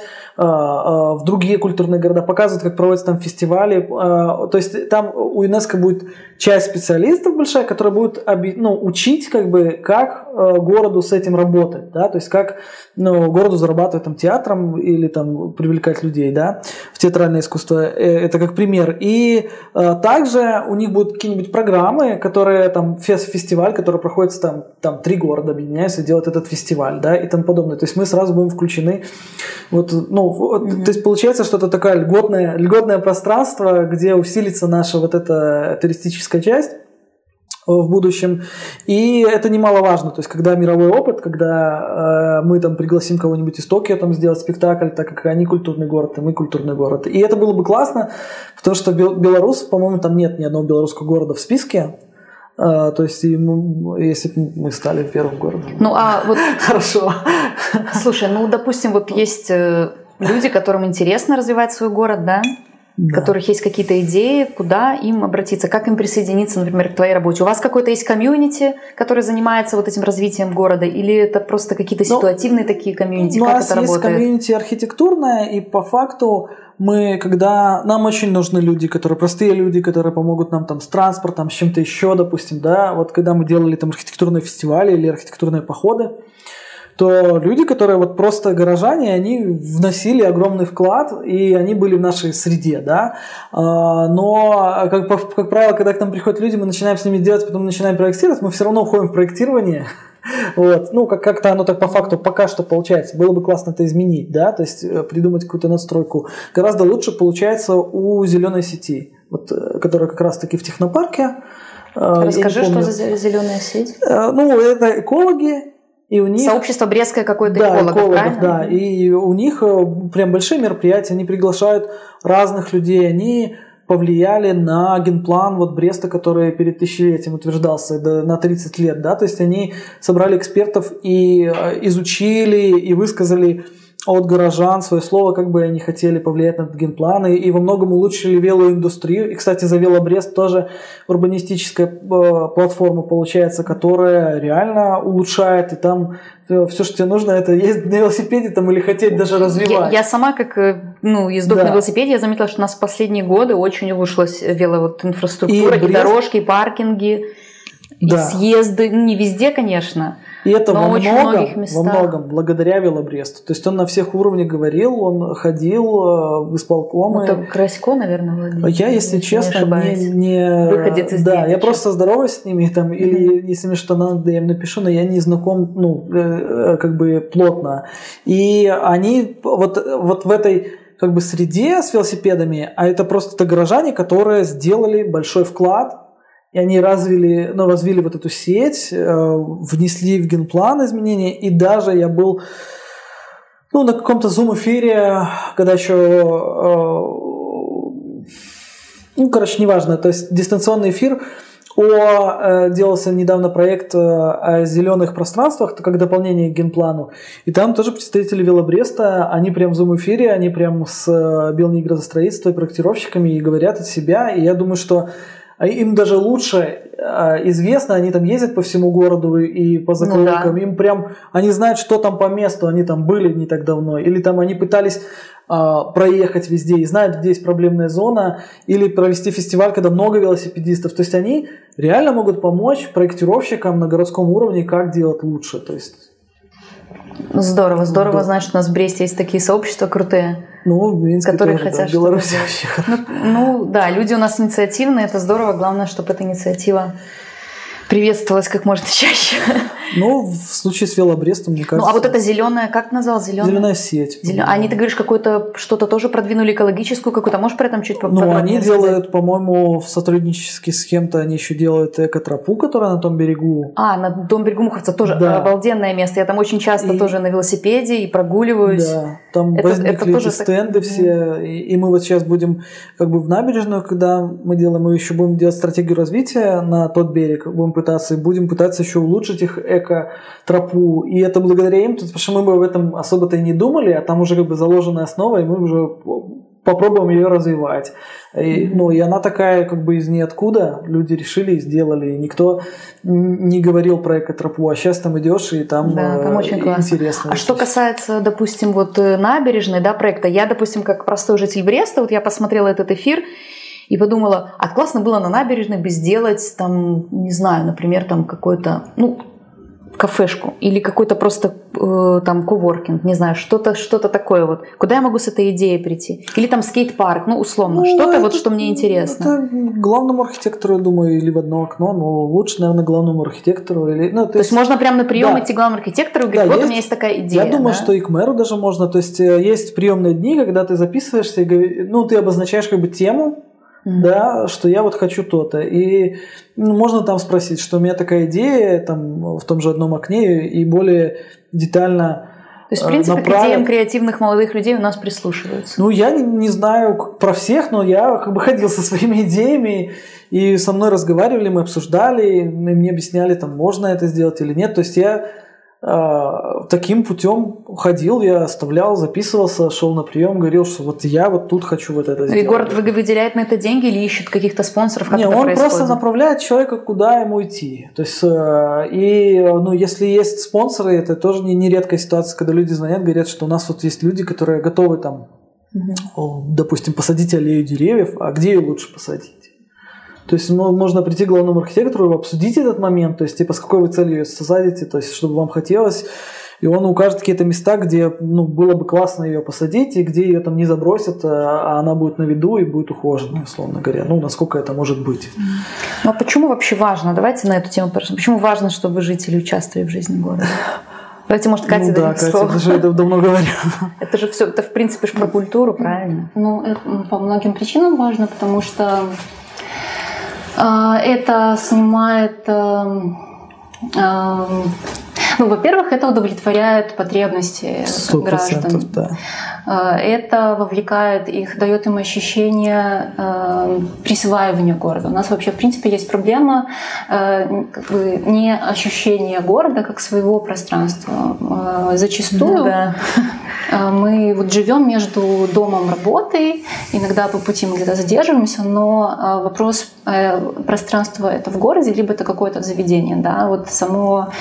в другие культурные города, показывают, как проводятся там фестивали. То есть там у ЮНЕСКО будет часть специалистов большая, которая будет ну, учить, как бы, как городу с этим работать, да? То есть как ну, городу зарабатывать там, театром или там, привлекать людей да, в театральное искусство. Это как пример. И также у них будут какие-нибудь программы, которые там фестиваль, который проходит там, там три города объединяются и делают этот фестиваль, да, и тому подобное. То есть мы сразу будем включены. Вот, ну, mm-hmm. То есть получается, что это такое льготное, льготное пространство, где усилится наша вот эта туристическая часть в будущем. И это немаловажно. То есть, когда мировой опыт, когда э, мы там пригласим кого-нибудь из Токио там сделать спектакль, так как они культурный город, и мы культурный город. И это было бы классно, потому что Беларусь, по-моему, там нет ни одного белорусского города в списке. Uh, то есть, мы, если бы мы стали первым городом. Ну, а вот... Хорошо. Слушай, ну, допустим, вот есть люди, которым интересно развивать свой город, да? Да. У которых есть какие-то идеи, куда им обратиться, как им присоединиться, например, к твоей работе. У вас какой-то есть комьюнити, который занимается вот этим развитием города, или это просто какие-то ну, ситуативные такие комьюнити? У как нас это есть работает? Комьюнити архитектурное, и по факту мы, когда нам очень нужны люди, которые простые люди, которые помогут нам там с транспортом, с чем-то еще, допустим, да, вот когда мы делали там архитектурные фестивали или архитектурные походы, то люди, которые вот просто горожане, они вносили огромный вклад, и они были в нашей среде, да. Но, как, как правило, когда к нам приходят люди, мы начинаем с ними делать, потом начинаем проектировать, мы все равно уходим в проектирование. Вот. Ну, как- как-то оно так по факту пока что получается. Было бы классно это изменить, да, то есть придумать какую-то надстройку. Гораздо лучше получается у зеленой сети, вот, которая как раз-таки в технопарке. Расскажи, что за зеленая сеть? Ну, это экологи. И у них, сообщество брестское какое-то да, экологов, экологов, правильно? Да, и у них прям большие мероприятия, они приглашают разных людей, они повлияли на генплан вот Бреста, который перед тысячелетием утверждался на тридцать лет, да, то есть они собрали экспертов и изучили, и высказали от горожан свое слово, как бы они хотели повлиять на этот генплан, и, и во многом улучшили велоиндустрию. И, кстати, за Велобрест тоже урбанистическая э, платформа получается, которая реально улучшает, и там э, все, что тебе нужно, это ездить на велосипеде там, или хотеть даже развивать. Я, я сама, как ну, ездок Да. на велосипеде, я заметила, что у нас в последние годы очень улучшилась велоинфраструктура, и, И Брест- дорожки, и паркинги, Да. и съезды. Ну, не везде, конечно. И это Но во очень многом, многих местах. во многом благодаря Велобресту. То есть он на всех уровнях говорил, он ходил э, в исполкомы. Это Красько, наверное, Владимир. Я, если не честно, ошибаюсь. не, не... Выходец из Да, я деточек. просто здороваюсь с ними, там, или если мне что надо, я им напишу, но я не знаком, ну, э, как бы плотно. И они вот, вот в этой как бы среде с велосипедами, а это просто горожане, которые сделали большой вклад. И они развили, ну, развили вот эту сеть, э, внесли в генплан изменения. И даже я был ну, на каком-то зум-эфире, когда еще... Э, ну, короче, неважно. То есть дистанционный эфир. О, э, делался недавно проект э, о зеленых пространствах, как дополнение к генплану. И там тоже представители Велобреста, они прям в зум-эфире, они прям с э, Белниградостроительством и проектировщиками и говорят от себя. И я думаю, что им даже лучше э, известно, они там ездят по всему городу и по закоулкам, Ну да. им прям, они знают, что там по месту, они там были не так давно, или там они пытались э, проехать везде и знают, где есть проблемная зона, или провести фестиваль, когда много велосипедистов, то есть они реально могут помочь проектировщикам на городском уровне, как делать лучше, то есть... Здорово, здорово Да. знать, что у нас в Бресте есть такие сообщества крутые. Ну, в Минске которые тоже, хотят да, в Беларуси что-то вообще Ну, ну да, люди у нас инициативные, это здорово. Главное, чтобы эта инициатива приветствовалось как можно чаще. Ну, в случае с велообрестом, мне кажется. Ну, а вот эта зеленая, как назвал зеленая? Зеленая сеть. Зелё... А они, ты говоришь, какую-то что-то тоже продвинули экологическую какую-то. Можешь про это чуть поподробнее Ну, они рассказать? делают, по-моему, в сотрудничестве с кем-то, они еще делают экотропу, которая на том берегу. А, на том берегу Муховца тоже Да. обалденное место. Я там очень часто И... тоже на велосипеде и прогуливаюсь. Да, там это, возникли это тоже эти стенды так... все. И, и мы вот сейчас будем как бы в набережную, когда мы делаем, мы еще будем делать стратегию развития на тот берег, будем пытаться, и будем пытаться еще улучшить их эко-тропу. И это благодаря им, потому что мы бы об этом особо-то и не думали, а там уже как бы заложенная основа, и мы уже попробуем ее развивать. И, ну, и она такая как бы из ниоткуда, люди решили и сделали, и никто не говорил про экотропу, а сейчас там идешь, и там, да, там очень классно. Интересно. А что касается, допустим, вот набережной, да, проекта, я, допустим, как простой житель Бреста, вот я посмотрела этот эфир и подумала, а классно было на набережной бы сделать там, не знаю, например, там какой-то, ну, кафешку или какой-то просто э, там коворкинг, не знаю, что-то что-то такое вот. Куда я могу с этой идеей прийти? Или там скейт-парк, ну, условно, ну, что-то это, вот, что мне интересно. Это главному архитектору, я думаю, или в одно окно, но лучше, наверное, главному архитектору. Или, ну, то, то есть, есть можно прямо на прием да. идти к главному архитектору и говорить, да, вот есть, у меня есть такая идея. Я думаю, да? что и к мэру даже можно. То есть есть приемные дни, когда ты записываешься и ну, ты обозначаешь как бы тему, Mm-hmm. да, что я вот хочу то-то. И ну, можно там спросить, что у меня такая идея там, в том же одном окне и более детально. То есть, в принципе, направят. К идеям креативных молодых людей у нас прислушиваются. Ну, я не, не знаю про всех, но я как бы ходил со своими идеями, и со мной разговаривали, мы обсуждали, и мне объясняли, там, можно это сделать или нет. То есть я таким путем ходил, я оставлял, записывался, шел на прием, говорил, что вот я вот тут хочу вот это сделать. И город выделяет на это деньги или ищет каких-то спонсоров? Как Не, это он происходит? просто направляет человека, куда ему идти. То есть, и ну, если есть спонсоры, это тоже не, не редкая ситуация, когда люди звонят, говорят, что у нас вот есть люди, которые готовы там, угу. допустим, посадить аллею деревьев, а где ее лучше посадить? То есть можно прийти к главному архитектору и обсудить этот момент, то есть типа с какой вы целью ее садите, то есть чтобы вам хотелось, и он укажет какие-то места, где ну, было бы классно ее посадить, и где ее там не забросят, а она будет на виду и будет ухожена, условно говоря. Ну, насколько это может быть. Ну, а почему вообще важно? Давайте на эту тему поговорим. Почему важно, чтобы жители участвовали в жизни города? Давайте, может, Катя ну, да, Катя, слово. это же я давно говорю. Это же все, это в принципе про культуру, правильно? Ну, это по многим причинам важно, потому что это снимает, ну, во-первых, это удовлетворяет потребности граждан. Да. Это вовлекает их, дает им ощущение присваивания города. У нас вообще, в принципе, есть проблема как бы, не ощущения города как своего пространства. Зачастую да. мы вот живем между домом и работой, иногда по пути мы где-то задерживаемся, но вопрос пространства это в городе, либо это какое-то заведение. Да? Вот само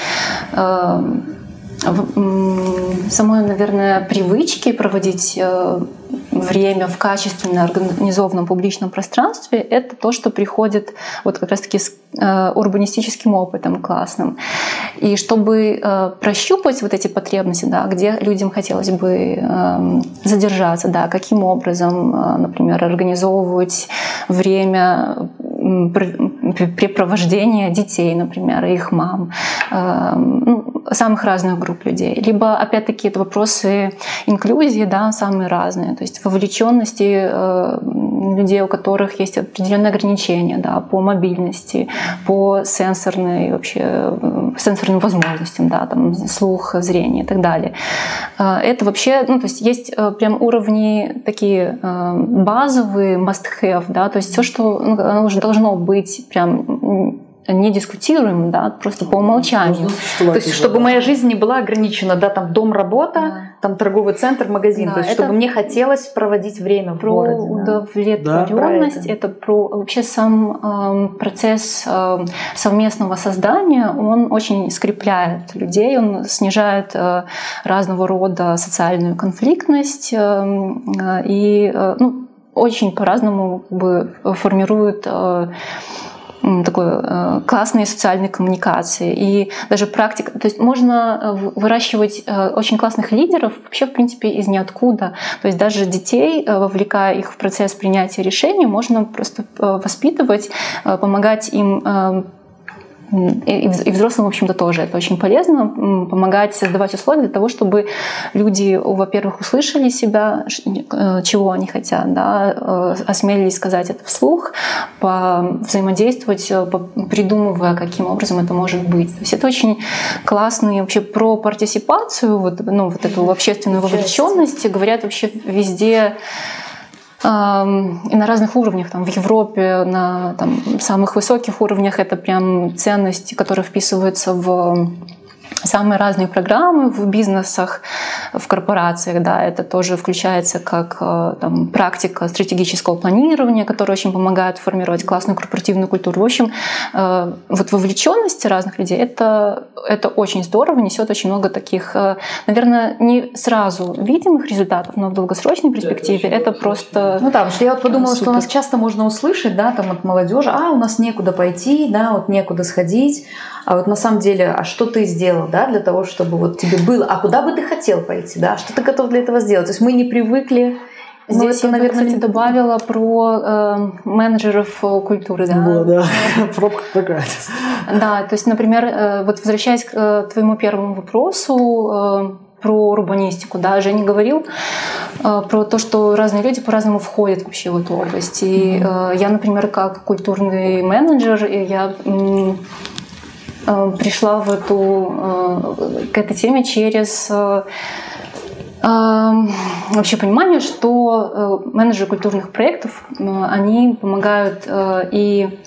самой, наверное, привычки проводить время в качественно организованном публичном пространстве — это то, что приходит вот как раз-таки с урбанистическим опытом классным. И чтобы прощупать вот эти потребности, да, где людям хотелось бы задержаться, да, каким образом, например, организовывать время препровождения детей, например, и их мам, ну, самых разных групп людей. Либо, опять-таки, это вопросы инклюзии, да, самые разные, то есть вовлеченности людей, у которых есть определенные ограничения, да, по мобильности, по сенсорной, вообще, сенсорным возможностям, да, там, слух, зрение и так далее. Это вообще, ну, то есть есть прям уровни такие базовые, must-have, да, то есть все, что ну, оно уже должно быть прям не дискутируем, да, просто по умолчанию. То есть, чтобы да. моя жизнь не была ограничена, да, там дом, работа, да. там торговый центр, магазин. Да, то есть, чтобы мне хотелось проводить время в городе. Про удовлетворенность, да. это про вообще сам э, процесс э, совместного создания, он очень скрепляет людей, он снижает э, разного рода социальную конфликтность э, э, и э, ну, очень по-разному как бы формирует э, такой э, классные социальные коммуникации и даже практика. То есть можно выращивать э, очень классных лидеров вообще, в принципе, из ниоткуда. То есть даже детей, э, вовлекая их в процесс принятия решений, можно просто э, воспитывать, э, помогать им э, и взрослым, в общем-то, тоже это очень полезно, помогать создавать условия для того, чтобы люди, во-первых, услышали себя, чего они хотят, да, осмелились сказать это вслух, взаимодействовать, придумывая, каким образом это может быть. То есть это очень классно. И вообще про партисипацию, вот, ну, вот эту общественную вовлеченность говорят вообще везде, и на разных уровнях, там, в Европе, на там, самых высоких уровнях это прям ценности, которые вписываются в самые разные программы в бизнесах, в корпорациях, да, это тоже включается как там, практика стратегического планирования, которая очень помогает формировать классную корпоративную культуру. В общем, вот вовлеченность разных людей, это, это очень здорово, несет очень много таких, наверное, не сразу видимых результатов, но в долгосрочной перспективе да, это, это просто. Ну да, потому что я вот подумала, супер. Что у нас часто можно услышать, да, там от молодежи, а у нас некуда пойти, да, вот некуда сходить. А вот на самом деле, а что ты сделал, да, для того, чтобы вот тебе было, а куда бы ты хотел пойти, да, что ты готов для этого сделать? То есть мы не привыкли. Здесь я, наверное, кстати, добавила про э, менеджеров культуры, да. Вот, да, пробка какая-то. Да, то есть, например, э, вот возвращаясь к э, твоему первому вопросу, э, про урбанистику, да, Женя говорил э, про то, что разные люди по-разному входят вообще в эту область. И э, я, например, как культурный менеджер, я э, пришла в эту, к этой теме через вообще понимание, что менеджеры культурных проектов, они помогают и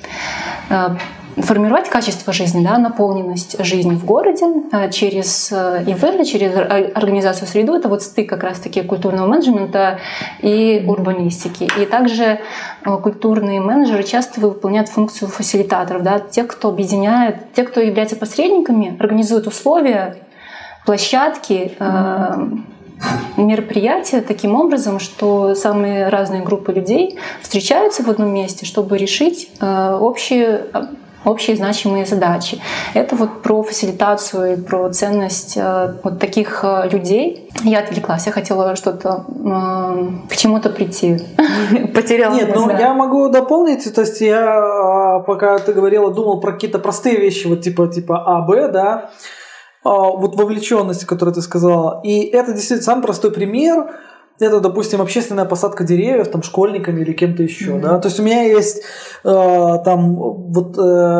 формировать качество жизни, да, наполненность жизни в городе через ивенты, через организацию среду. Это вот стык как раз-таки культурного менеджмента и урбанистики. И также культурные менеджеры часто выполняют функцию фасилитаторов, да, тех, кто объединяет, тех, кто является посредниками, организует условия, площадки, mm-hmm. мероприятия таким образом, что самые разные группы людей встречаются в одном месте, чтобы решить общие общие значимые задачи. Это вот про фасилитацию и про ценность э, вот таких э, людей. Я отвлеклась, я хотела что-то э, к чему-то прийти. Потеряла. Нет, ну я могу дополнить. То есть я, пока ты говорила, думал про какие-то простые вещи, вот типа, типа А, Б, да, вот вовлеченность, которую ты сказала. И это действительно самый простой пример. Это, допустим, общественная посадка деревьев там школьниками или кем-то еще, mm-hmm. да. То есть у меня есть э, там вот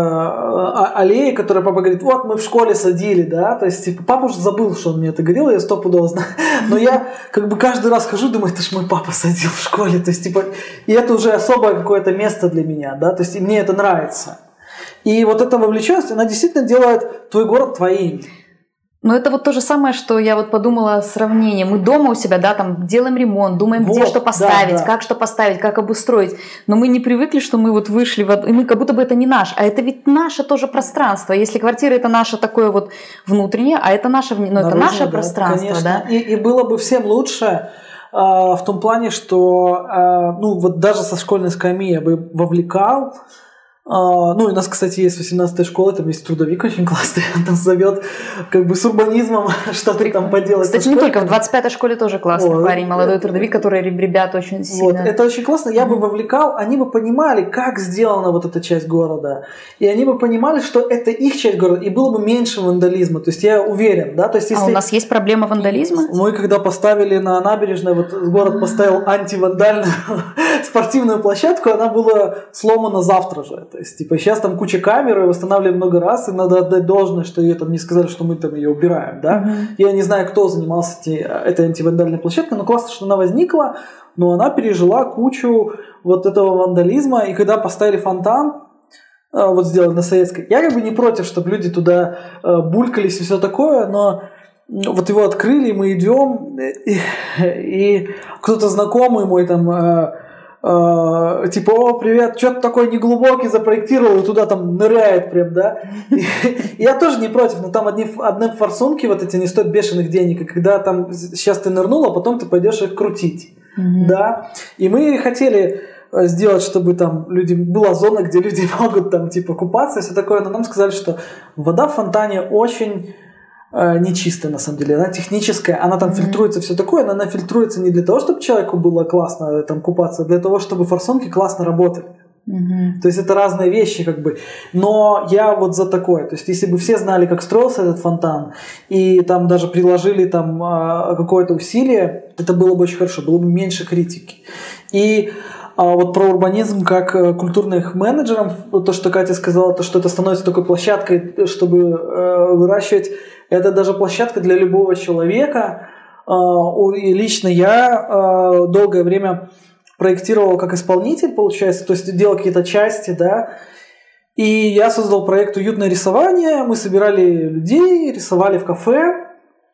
э, аллея, которая папа говорит, вот мы в школе садили, да. То есть типа папа уже забыл, что он мне это говорил, я стопудово знаю. Но я как бы каждый раз хожу, думаю, это ж мой папа садил в школе, то есть типа и это уже особое какое-то место для меня, да. То есть и мне это нравится. И вот эта вовлеченность, она действительно делает твой город твоим. Но это вот то же самое, что я вот подумала сравнение. Мы дома у себя, да, там делаем ремонт, думаем, вот, где что поставить, да, да. как что поставить, как обустроить. Но мы не привыкли, что мы вот вышли, в... и мы как будто бы это не наш. А это ведь наше тоже пространство. Если квартира это наше такое вот внутреннее, а это наше, ну, это наше да, пространство. Конечно. Да? И, и было бы всем лучше э, в том плане, что э, ну вот даже со школьной скамьи я бы вовлекал. Uh, ну, и у нас, кстати, есть восемнадцатая школа, там есть трудовик очень классный, он нас зовет как бы с урбанизмом что-то там поделать. Кстати, не только, в двадцать пятой школе тоже классный вот. парень, молодой трудовик, который ребят очень сильно... Вот. Это очень классно, я mm-hmm. бы вовлекал, они бы понимали, как сделана вот эта часть города, и они бы понимали, что это их часть города, и было бы меньше вандализма, то есть я уверен, да, то есть если... А у нас есть проблема вандализма? Мы когда поставили на набережной, вот город поставил антивандальную спортивную площадку, она была сломана завтра же. То есть, типа, сейчас там куча камер, и восстанавливаем много раз, и надо отдать должное, что ее там не сказали, что мы там ее убираем, да. Mm-hmm. Я не знаю, кто занимался эти, этой антивандальной площадкой, но классно, что она возникла, но она пережила кучу вот этого вандализма, и когда поставили фонтан, вот сделали на Советской, я как бы не против, чтобы люди туда булькались и все такое, но вот его открыли, мы идем, и, и кто-то знакомый мой там... Uh, типа, о, привет, что-то такой неглубокий запроектировал, и туда там ныряет прям, да. И, я тоже не против, но там одни, одни форсунки вот эти не стоят бешеных денег, и когда там сейчас ты нырнул, а потом ты пойдешь их крутить, mm-hmm. да. И мы хотели сделать, чтобы там люди, была зона, где люди могут там типа купаться и все такое, но нам сказали, что вода в фонтане очень... нечистая на самом деле, она техническая, она там mm-hmm. фильтруется, все такое, но она фильтруется не для того, чтобы человеку было классно там купаться, а для того, чтобы форсунки классно работали. То есть это разные вещи, как бы. Но я вот за такое. То есть если бы все знали, как строился этот фонтан, и там даже приложили там какое-то усилие, это было бы очень хорошо, было бы меньше критики. И а вот про урбанизм как культурных менеджеров, то, что Катя сказала, то, что это становится такой площадкой, чтобы э, выращивать, это даже площадка для любого человека. Э, и лично я э, долгое время проектировал как исполнитель, получается, то есть делал какие-то части, да, и я создал проект «Уютное рисование», мы собирали людей, рисовали в кафе,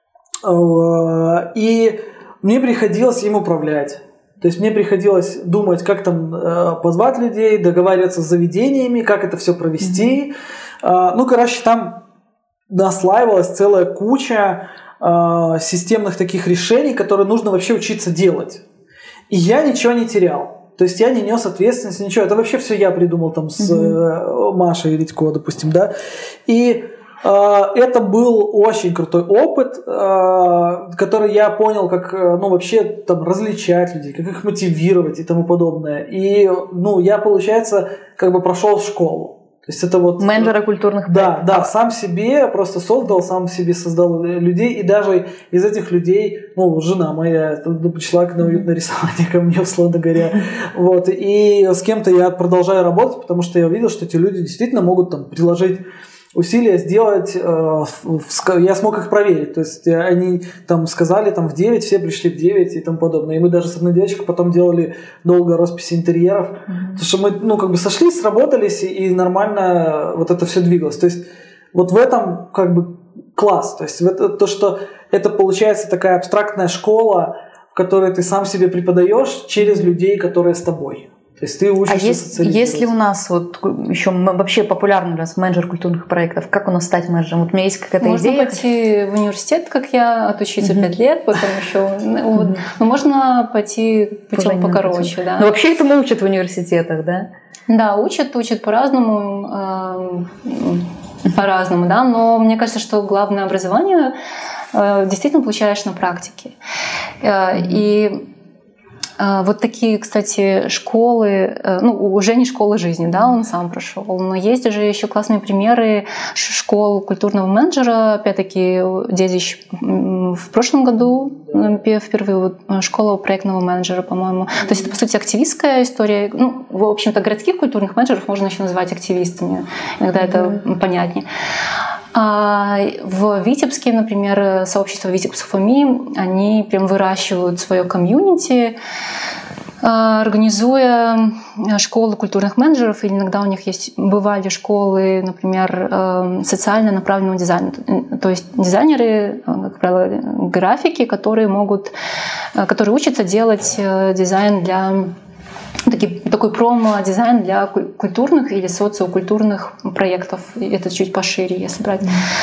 э, и мне приходилось им управлять. То есть мне приходилось думать, как там э, позвать людей, договариваться с заведениями, как это все провести. Mm-hmm. Э, ну, короче, там наслаивалась целая куча э, системных таких решений, которые нужно вообще учиться делать. И я ничего не терял. То есть я не нес ответственности, ничего. Это вообще все я придумал там с mm-hmm. э, Машей Редько, допустим, да. И это был очень крутой опыт, который я понял, как, ну, вообще там различать людей, как их мотивировать и тому подобное. И, ну, я, получается, как бы прошел школу. То есть это вот... Менеджера культурных проектов. Да, да, сам себе просто создал, сам себе создал людей. И даже из этих людей, ну, жена моя пришла на уютное рисование ко мне, условно говоря. Вот. И с кем-то я продолжаю работать, потому что я увидел, что эти люди действительно могут там приложить усилия сделать, э, я смог их проверить, то есть они там сказали там в девять, все пришли в девять и тому подобное, и мы даже с одной девочкой потом делали долго росписи интерьеров, mm-hmm. потому что мы, ну, как бы сошлись, сработались, и нормально вот это все двигалось, то есть вот в этом как бы класс, то есть это, то, что это получается такая абстрактная школа, в которой ты сам себе преподаешь через людей, которые с тобой. То есть ты учишься а есть, если у нас вот еще вообще популярный у нас менеджер культурных проектов, как у нас стать менеджером? Вот у меня есть какая-то можно идея. Можно пойти в университет, как я, отучиться пять mm-hmm. лет, потом еще. Mm-hmm. Вот. Но можно пойти путем покороче. Да. Но вообще этому учат в университетах, да? Да, учат, учат по-разному, э, по-разному, да. Но мне кажется, что главное образование э, действительно получаешь на практике. Э, и вот такие, кстати, школы, ну, уже не школы жизни, да, он сам прошел, но есть уже еще классные примеры школ культурного менеджера, опять-таки, Дедич в прошлом году впервые вот, школа проектного менеджера, по-моему. То есть это, по сути, активистская история. Ну, в общем-то, городских культурных менеджеров можно еще назвать активистами, иногда это mm-hmm. понятнее. А в Витебске, например, сообщество Витебск фор ми, они прям выращивают свое комьюнити, организуя школы культурных менеджеров, или иногда у них есть, бывали школы, например, социально направленного дизайна. То есть дизайнеры, как правило, графики, которые могут, которые учатся делать дизайн для Такие, такой промо-дизайн для культурных или социокультурных проектов. Это чуть пошире, если брать.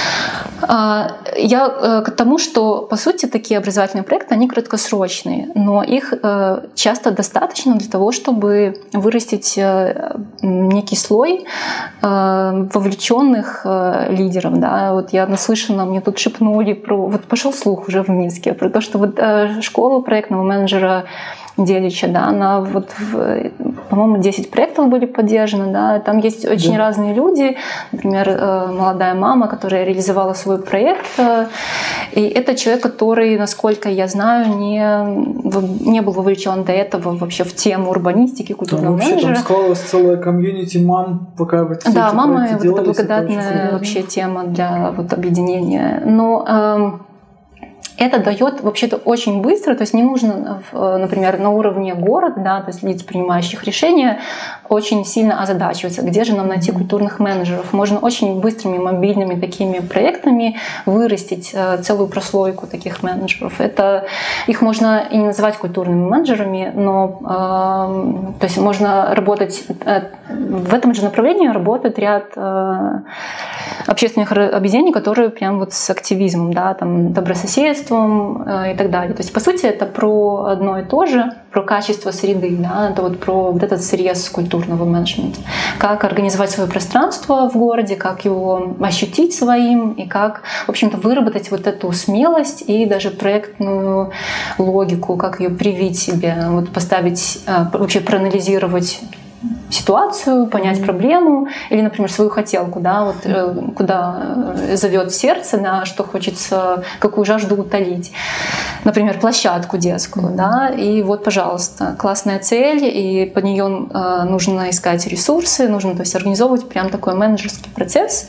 Я к тому, что, по сути, такие образовательные проекты, они краткосрочные, но их часто достаточно для того, чтобы вырастить некий слой вовлеченных лидеров. Да. Вот я наслышана, мне тут шепнули про... Вот пошел слух уже в Минске про то, что вот школа проектного менеджера Делича, да, она вот, по-моему, десять проектов были поддержаны, да, там есть очень да. разные люди, например, молодая мама, которая реализовала свой проект, и это человек, который, насколько я знаю, не, не был вовлечен до этого вообще в тему урбанистики, культурного там менеджера. Там складывалась целая комьюнити мам, пока вы все да, эти мамы, проекты вот делались, это благодатная вообще тема для вот объединения. Но это дает вообще-то очень быстро, то есть не нужно, например, на уровне города, да, то есть лиц, принимающих решения, очень сильно озадачиваться, где же нам найти культурных менеджеров. Можно очень быстрыми мобильными такими проектами вырастить целую прослойку таких менеджеров. Это, их можно и не называть культурными менеджерами, но э, то есть можно работать в этом же направлении, работает ряд э, общественных объединений, которые прям вот с активизмом, да, там добрососедством и так далее. То есть, по сути, это про одно и то же, про качество среды, да, это вот про вот этот срез культурного менеджмента. Как организовать свое пространство в городе, как его ощутить своим, и как, в общем-то, выработать вот эту смелость и даже проектную логику, как ее привить себе, вот поставить, вообще проанализировать ситуацию, понять mm-hmm. проблему или, например, свою хотелку, да, вот, mm-hmm. куда зовет сердце, на что хочется, какую жажду утолить. Например, площадку детскую, mm-hmm. да, и вот, пожалуйста, классная цель, и под нее э, нужно искать ресурсы, нужно, то есть, организовывать прям такой менеджерский процесс.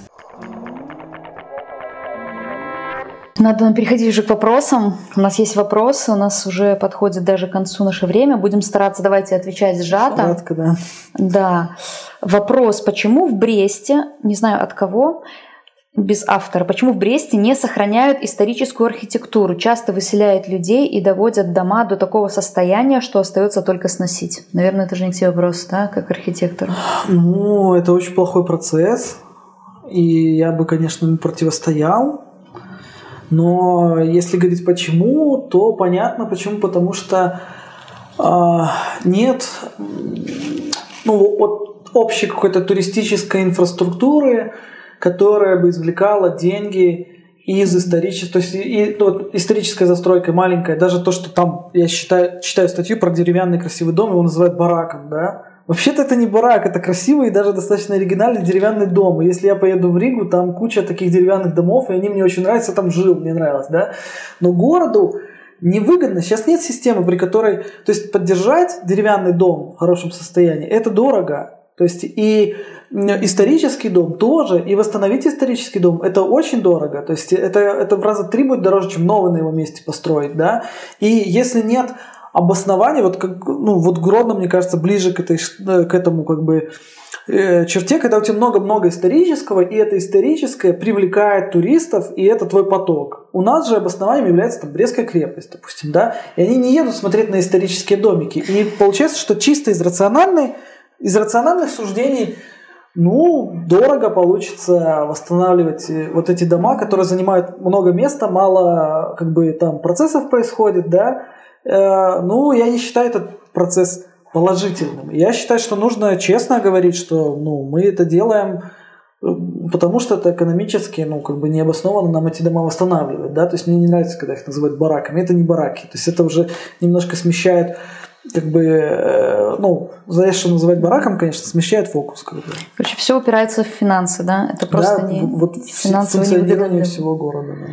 Надо нам переходить уже к вопросам. У нас есть вопросы, у нас уже подходит даже к концу наше время. Будем стараться, давайте, отвечать сжато. Кратко, да. Да. Вопрос, почему в Бресте, не знаю от кого, без автора, почему в Бресте не сохраняют историческую архитектуру, часто выселяют людей и доводят дома до такого состояния, что остается только сносить? Наверное, это же не те вопросы, да, как архитектор. Ну, это очень плохой процесс, и я бы, конечно, ему противостоял. Но если говорить почему, то понятно почему, потому что э, нет ну, вот, общей какой-то туристической инфраструктуры, которая бы извлекала деньги из исторической, то есть и, вот, историческая застройка маленькая, даже то, что там, я считаю, читаю статью про деревянный красивый дом, его называют бараком, да. Вообще-то это не барак, это красивый и даже достаточно оригинальный деревянный дом. И если я поеду в Ригу, там куча таких деревянных домов, и они мне очень нравятся, я там жил, мне нравилось, да. Но городу невыгодно, сейчас нет системы, при которой, то есть поддержать деревянный дом в хорошем состоянии, это дорого. То есть и исторический дом тоже, и восстановить исторический дом, это очень дорого. То есть это, это в раза три будет дороже, чем новый на его месте построить, да. И если нет обоснование, вот, как, ну, вот Гродно, мне кажется, ближе к, этой, к этому как бы, э, черте, когда у тебя много-много исторического, и это историческое привлекает туристов, и это твой поток. У нас же обоснованием является там, Брестская крепость, допустим, да, и они не едут смотреть на исторические домики. И получается, что чисто из, рациональной, из рациональных суждений, ну, дорого получится восстанавливать вот эти дома, которые занимают много места, мало как бы там процессов происходит, да. Ну, я не считаю этот процесс положительным. Я считаю, что нужно честно говорить, что ну, мы это делаем, потому что это экономически ну, как бы необоснованно нам эти дома восстанавливать. Да? То есть мне не нравится, когда их называют бараками. Это не бараки. То есть это уже немножко смещает, как бы, ну, за что называть бараком, конечно, смещает фокус. Как бы. Короче, все упирается в финансы, да? Это просто да, не вот финансовое функционирование всего города. Да.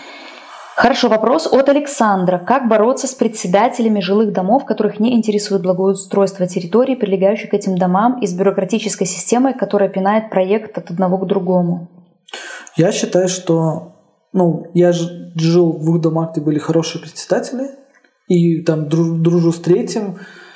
Хорошо, вопрос от Александра. Как бороться с председателями жилых домов, которых не интересует благоустройство территории, прилегающих к этим домам, и с бюрократической системой, которая пинает проект от одного к другому? Я считаю, что ну, я жил в двух домах, где были хорошие председатели, и там дружу с третьим.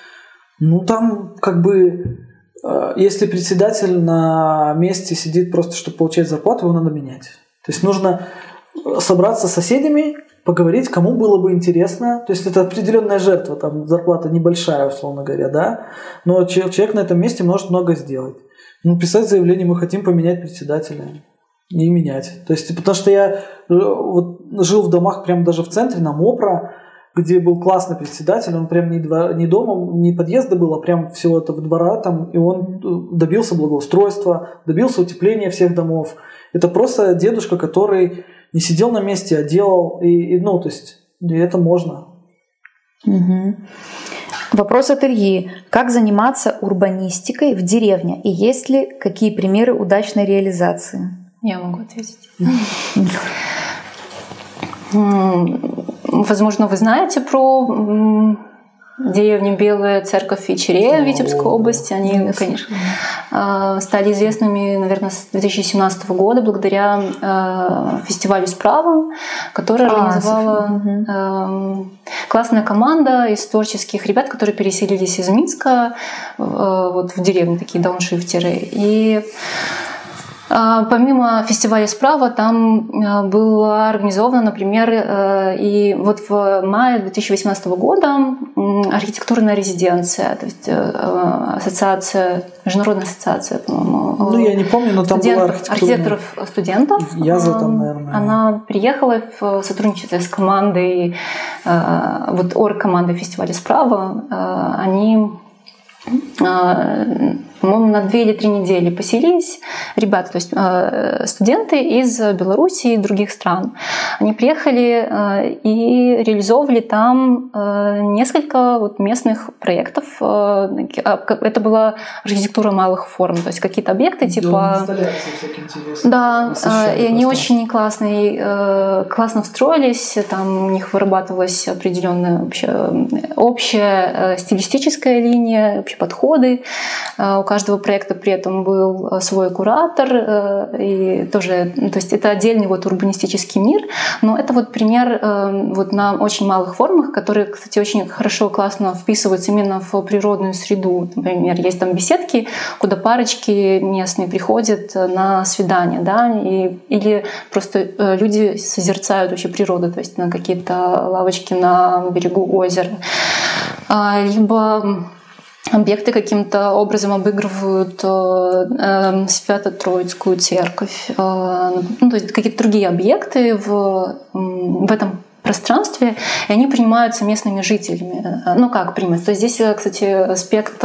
Ну, там как бы, если председатель на месте сидит просто, чтобы получать зарплату, его надо менять. То есть нужно собраться с соседями, поговорить, кому было бы интересно. То есть это определенная жертва, там зарплата небольшая, условно говоря, да. Но человек на этом месте может много сделать. Ну, писать заявление, мы хотим поменять председателя. И менять. То есть, потому что я вот жил в домах прямо даже в центре, на Мопра, где был классный председатель, он прям не, двор, не дома, не подъезда был, а прям всего этого двора там, и он добился благоустройства, добился утепления всех домов. Это просто дедушка, который не сидел на месте, а делал, и, и ну, то есть, и это можно. Угу. Вопрос от Ильи. Как заниматься урбанистикой в деревне? И есть ли какие примеры удачной реализации? Я могу ответить. Возможно, вы знаете про деревню Белая Церковь и Чирея в Витебской области. Они, конечно, стали известными, наверное, с две тысячи семнадцатого года благодаря фестивалю «Справа», который организовала угу. классная команда из творческих ребят, которые переселились из Минска вот, в деревню, такие дауншифтеры. И помимо фестиваля «Справа», там было организовано, например, и вот в мае две тысячи восемнадцатого года архитектурная резиденция, то есть ассоциация, международная ассоциация, по-моему. Ну, я не помню, но там была архитектурная. Архитекторов-студентов. Я за там, наверное. Она приехала в сотрудничестве с командой, вот оргкомандой фестиваля «Справа». Они по-моему, на две или три недели поселились ребята, то есть э, студенты из Беларуси и других стран. Они приехали э, и реализовывали там э, несколько вот местных проектов. Э, это была архитектура малых форм, то есть какие-то объекты типа... Да, э, и они очень классные, э, классно встроились, там у них вырабатывалась определенная вообще общая э, стилистическая линия, вообще подходы. Э, у каждого проекта при этом был свой куратор, э, и тоже, то есть это отдельный вот урбанистический мир, но это вот пример э, вот на очень малых формах, которые, кстати, очень хорошо, классно вписываются именно в природную среду. Например, есть там беседки, куда парочки местные приходят на свидание, да, и, или просто э, люди созерцают вообще природу, то есть на какие-то лавочки на берегу озера, а, либо объекты каким-то образом обыгрывают э, Свято-Троицкую церковь, э, ну, то есть какие-то другие объекты в, в этом пространстве, и они принимаются местными жителями. Ну как примут? То есть здесь, кстати, аспект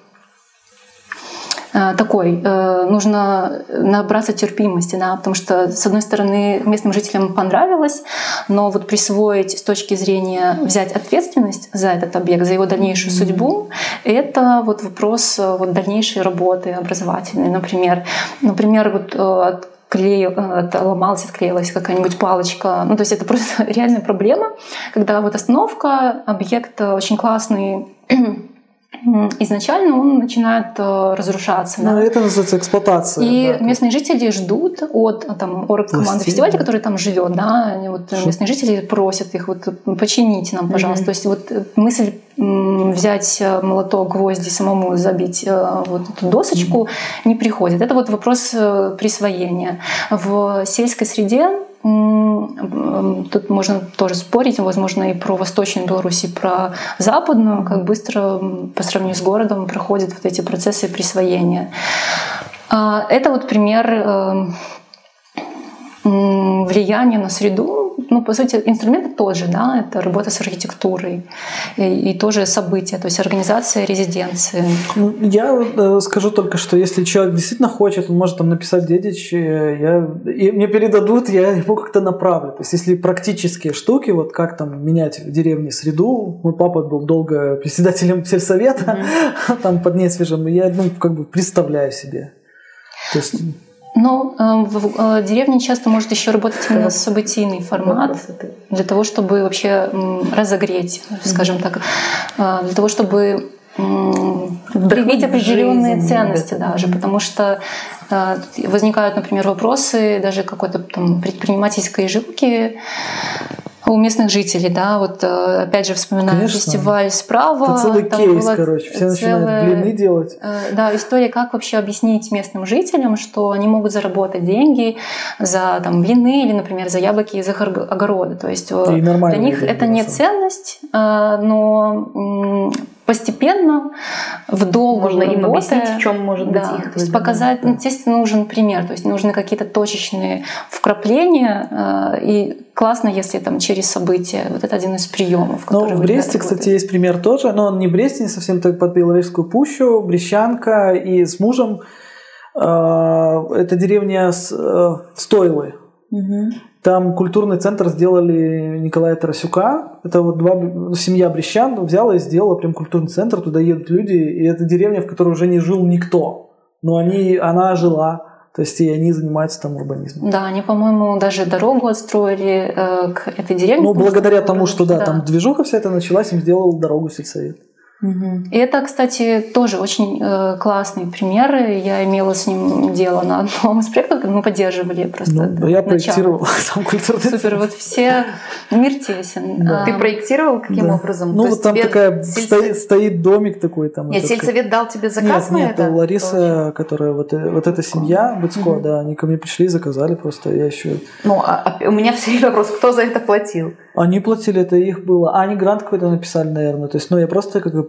такой, нужно набраться терпимости, да, потому что, с одной стороны, местным жителям понравилось, но вот присвоить с точки зрения, взять ответственность за этот объект, за его дальнейшую mm-hmm. судьбу, это вот вопрос вот дальнейшей работы образовательной, например. Например, вот от клей, отломалась, отклеилась какая-нибудь палочка. Ну, то есть это просто реальная проблема, когда вот остановка, объект очень классный, изначально он начинает разрушаться. Ну, да. Это называется эксплуатация. И да. местные жители ждут от там, орг-команды фестиваля, да. который там живет, да, вот местные жители просят их вот почините нам, пожалуйста. Mm-hmm. То есть вот мысль взять молоток, гвозди, самому забить вот эту досочку mm-hmm. не приходит. Это вот вопрос присвоения. В сельской среде тут можно тоже спорить, возможно, и про Восточную Беларусь, и про Западную, как быстро по сравнению с городом проходят вот эти процессы присвоения. Это вот пример влияния на среду. Ну, по сути, инструмент тот же, да, это работа с архитектурой и, и тоже события, то есть организация резиденции. Я э, скажу только, что если человек действительно хочет, он может там написать Дедич, я, и мне передадут, я его как-то направлю. То есть если практические штуки, вот как там менять в деревне среду, мой папа был долго председателем сельсовета, mm-hmm. там под Несвежем, и я ну, как бы представляю себе. То есть... Но э, в э, деревне часто может еще работать именно событийный формат для того, чтобы вообще э, разогреть, скажем так, э, для того, чтобы привить определенные ценности даже, потому что э, возникают, например, вопросы даже какой-то там предпринимательской жилки у местных жителей, да, вот опять же вспоминаю Конечно. фестиваль «Справа». Это целый кейс, короче, все целая, начинают блины делать. Да, история, как вообще объяснить местным жителям, что они могут заработать деньги за там, блины или, например, за яблоки из их огорода. То есть и для них это не ценность, но постепенно, в долгую можно работу, им объяснить, в чем может быть да, их. То есть показать, да. естественно, нужен пример, то есть нужны какие-то точечные вкрапления, и классно, если там через события. Вот это один из приемов. Ну, в Бресте, кстати, есть пример тоже, но он не в Бресте, не совсем так под Беловежскую пущу, Брещанка, и с мужем э, это деревня с, э, Стойлы. Угу. Там культурный центр сделали Николая Тарасюка. Это вот два, ну, семья брещан взяла и сделала прям культурный центр. Туда едут люди. И это деревня, в которой уже не жил никто. Но они, она жила. То есть и они занимаются там урбанизмом. Да, они, по-моему, даже дорогу отстроили э, к этой деревне. Ну, благодаря тому, что да, да, там движуха вся эта началась, им сделал дорогу сельсовет. Угу. И это, кстати, тоже очень э, классный пример. Я имела с ним дело на одном из проектов, мы поддерживали просто. Ну, я проектировал сам культурный центр. Супер, вот все мир тесен. Да. Ты проектировал каким да. образом? Ну, вот там такая сельсовет... стоит, стоит домик такой. Там, нет, сельсовет дал тебе заказ нет, на нет, это? Нет, Лариса, тоже. Которая вот, вот эта семья, Быцко, угу. да, они ко мне пришли, заказали просто, я еще... Ну, а, а у меня все время вопрос, кто за это платил? Они платили, это их было. А они грант какой-то написали, наверное. То есть, ну, я просто как бы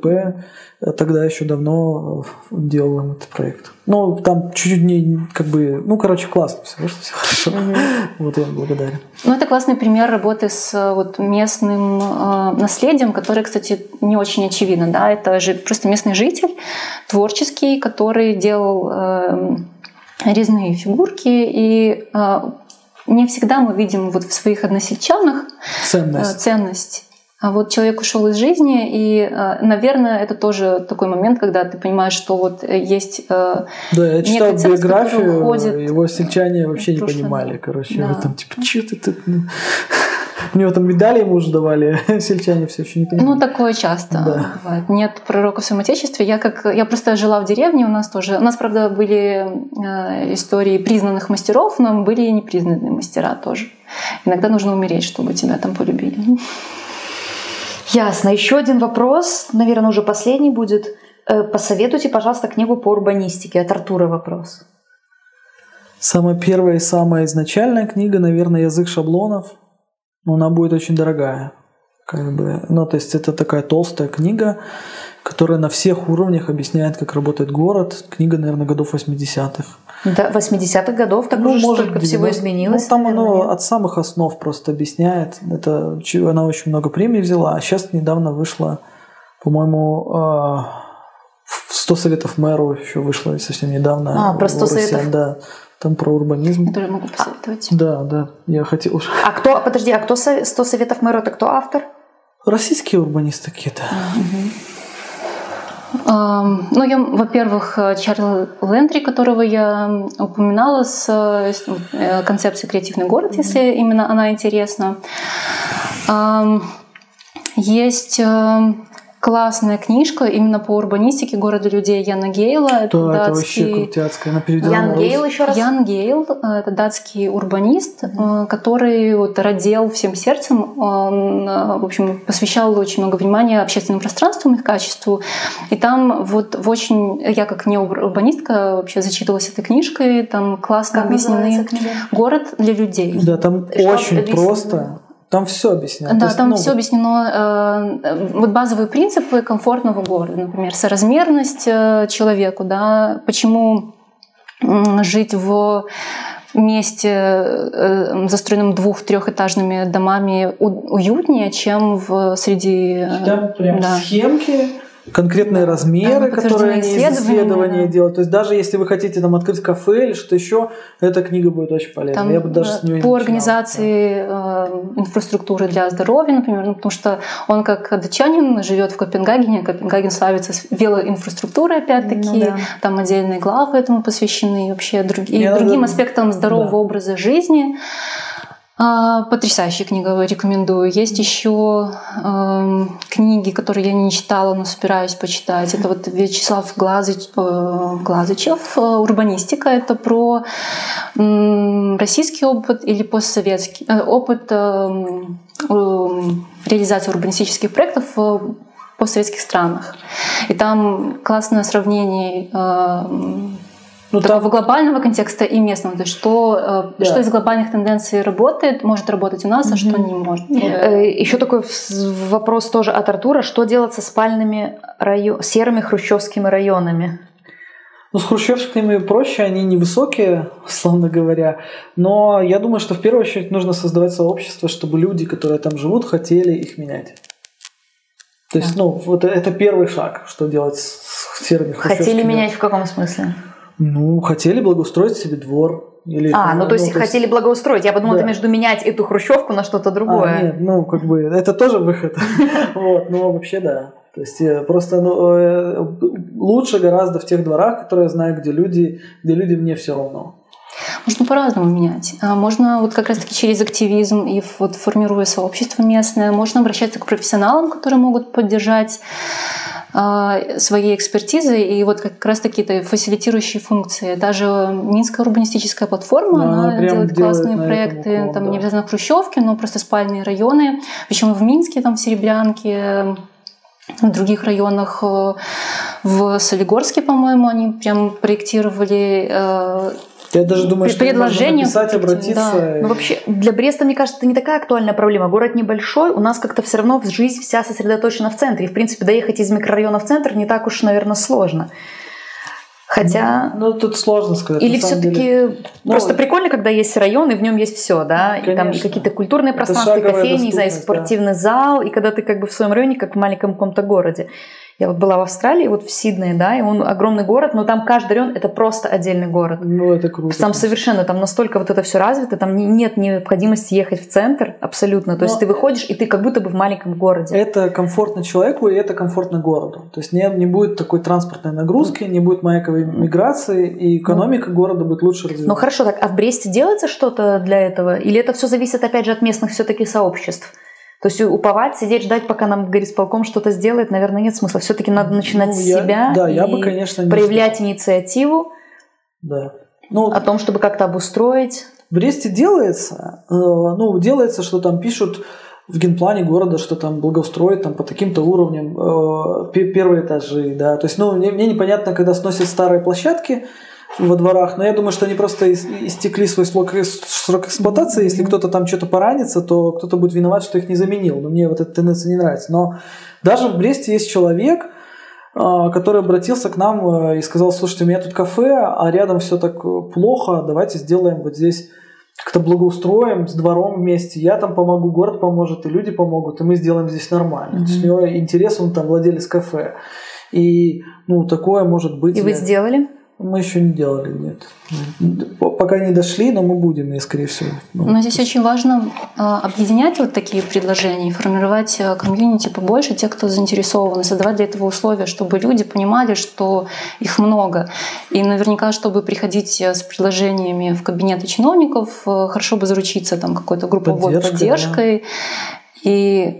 ПП. Тогда еще давно делал им этот проект. Ну, там чуть-чуть не, как бы, ну, короче, классно все, вышло, все хорошо. Mm-hmm. Вот я благодарен. Ну, это классный пример работы с вот местным э, наследием, которое, кстати, не очень очевидно, да, это же просто местный житель, творческий, который делал э, резные фигурки, и э, не всегда мы видим вот в своих односельчанах ценность. Э, ценность. А вот человек ушел из жизни, и, наверное, это тоже такой момент, когда ты понимаешь, что вот есть. Да, я читал биографию, уходит его сельчане вообще не понимали, короче, да. Там типа, что ты тут? У него там медали ему уже давали, сельчане все еще не понимали. Ну, такое часто да. бывает. Нет пророка в своем отечестве. Я, как, я просто жила в деревне, у нас тоже... У нас, правда, были э, истории признанных мастеров, но были и непризнанные мастера тоже. Иногда нужно умереть, чтобы тебя там полюбили. Ясно. Еще один вопрос, наверное, уже последний будет. Посоветуйте, пожалуйста, книгу по урбанистике. От Артура вопрос. Самая первая и самая изначальная книга, наверное, «Язык шаблонов». Но она будет очень дорогая. Как бы. Ну, то есть это такая толстая книга, которая на всех уровнях объясняет, как работает город. Книга, наверное, годов восьмидесятых. Да, восьмидесятых годов, так ну, уже может, столько всего изменилось. Ну, там оно нет. От самых основ просто объясняет. Это, она очень много премий взяла. А сейчас недавно вышла, по-моему, сто советов мэру еще вышло совсем недавно. А, про сто советов? Да. Там про урбанизм. Я тоже могу посоветовать. Да, да. Я хотел уже. А кто, подожди, а кто сто советов мэру, это кто автор? Российские урбанисты какие-то. Угу. Ну, я, во-первых, Чарли Лендри, которого я упоминала, с, с концепцией «Креативный город», mm-hmm. если именно она интересна. Есть классная книжка именно по урбанистике города людей Яна Гейла. Да, это, датский... это вообще крутяцкая. Она переведена Ян на Гейл еще раз? Ян Гейл — это датский урбанист, mm-hmm. который вот родил всем сердцем. Он, в общем, посвящал очень много внимания общественным пространствам, их качеству. И там вот в очень... Я как не урбанистка вообще зачитывалась этой книжкой. Там классно как объяснены город для людей. Да, там Что очень просто... Там все объяснено. Да, есть, там ну, все объяснено. Э, вот базовые принципы комфортного города, например, соразмерность э, человеку, да, почему э, жить в месте, э, застроенном двух-трехэтажными домами, у, уютнее, чем в среди. Там прям да. схемки. Конкретные размеры, да, которые они исследования, исследования да. делают. То есть даже если вы хотите там открыть кафе или что еще, эта книга будет очень полезна. Там, Я бы даже с нее по организации да. э, инфраструктуры для здоровья, например, ну, потому что он как датчанин живет в Копенгагене. Копенгаген славится велоинфраструктурой, опять-таки. Ну, да. Там отдельные главы этому посвящены, вообще другие, и другим да. аспектам здорового да. образа жизни. Потрясающая книга, рекомендую. Есть еще э, книги, которые я не читала, но собираюсь почитать. Это вот Вячеслав Глазыч, э, Глазычев, урбанистика. Это про э, российский опыт или постсоветский э, опыт э, э, реализации урбанистических проектов в постсоветских странах. И там классное сравнение э, Ну, такого там... глобального контекста и местного, то есть что, да. что из глобальных тенденций работает, может работать у нас, mm-hmm. а что не может. Еще такой вопрос тоже от Артура: что делать со спальными район... серыми хрущевскими районами? Ну, с хрущевскими проще, они невысокие, условно говоря, но я думаю, что в первую очередь нужно создавать сообщество, чтобы люди, которые там живут, хотели их менять. То есть, да. ну, вот это первый шаг, что делать с серыми хрущевскими. Хотели менять в каком смысле? Ну, хотели благоустроить себе двор. Или, а, ну, ну то есть ну, хотели есть... благоустроить. Я подумала, да. ты между менять эту хрущевку на что-то другое. А, нет, ну, как бы, это тоже выход. Вот, ну, вообще, да. То есть просто лучше гораздо в тех дворах, которые я знаю, где люди, где людям не все равно. Можно по-разному менять. Можно вот как раз-таки через активизм и вот формируя сообщество местное, можно обращаться к профессионалам, которые могут поддержать своей экспертизы и вот как раз таки это фасилитирующие функции. Даже Минская урбанистическая платформа, да, она делает классные проекты, уклон, там да. не обязательно хрущевки, но просто спальные районы, причем в Минске, там в Серебрянке, в других районах, в Солигорске, по-моему, они прям проектировали Я даже думаю, что предложение можно написать, обратиться. Да. И... Ну, вообще, для Бреста, мне кажется, это не такая актуальная проблема. Город небольшой, у нас как-то все равно жизнь вся сосредоточена в центре. И, в принципе, доехать из микрорайона в центр не так уж, наверное, сложно. Хотя... Ну, ну тут сложно сказать. Или все-таки ну, просто прикольно, когда есть район, и в нем есть все, да? И там и какие-то культурные пространства, и кофейни, и спортивный да. зал, и когда ты как бы в своем районе, как в маленьком каком-то городе. Я вот была в Австралии, вот в Сиднее, да, и он огромный город, но там каждый район — это просто отдельный город. Ну, это круто. Там совершенно, там настолько вот это все развито, там нет необходимости ехать в центр абсолютно. То но есть ты выходишь, и ты как будто бы в маленьком городе. Это комфортно человеку, и это комфортно городу. То есть не, не будет такой транспортной нагрузки, не будет маятниковой миграции, и экономика ну, города будет лучше развиваться. Ну хорошо, так, а в Бресте делается что-то для этого? Или это все зависит, опять же, от местных все-таки сообществ? То есть уповать, сидеть, ждать, пока нам горисполком что-то сделает, наверное, нет смысла. Все-таки надо начинать ну, с я, себя да, и я бы, конечно, проявлять ждал. Инициативу да. ну, о том, чтобы как-то обустроить. В Бресте делается, ну, делается, что там пишут в генплане города, что там благоустроить там, по таким-то уровням первые этажи. Да. То есть, ну, мне, мне непонятно, когда сносят старые площадки во дворах, но я думаю, что они просто истекли свой срок, срок эксплуатации. Если кто-то там что-то поранится, то кто-то будет виноват, что их не заменил. Но мне вот эта тенденция не нравится. Но даже в Бресте есть человек, который обратился к нам и сказал: слушайте, у меня тут кафе, а рядом все так плохо, давайте сделаем вот здесь, как-то благоустроим с двором вместе. Я там помогу, город поможет, и люди помогут, и мы сделаем здесь нормально. Mm-hmm. То есть у него интерес, он там владелец кафе. И ну, такое может быть. И вы сделали? Мы еще не делали, нет. Пока не дошли, но мы будем, и скорее всего. Ну, но здесь очень важно э, объединять вот такие предложения, формировать комьюнити побольше, тех, кто заинтересован, и создавать для этого условия, чтобы люди понимали, что их много. И наверняка, чтобы приходить с предложениями в кабинеты чиновников, э, хорошо бы заручиться там какой-то групповой Поддержка, поддержкой. Да. И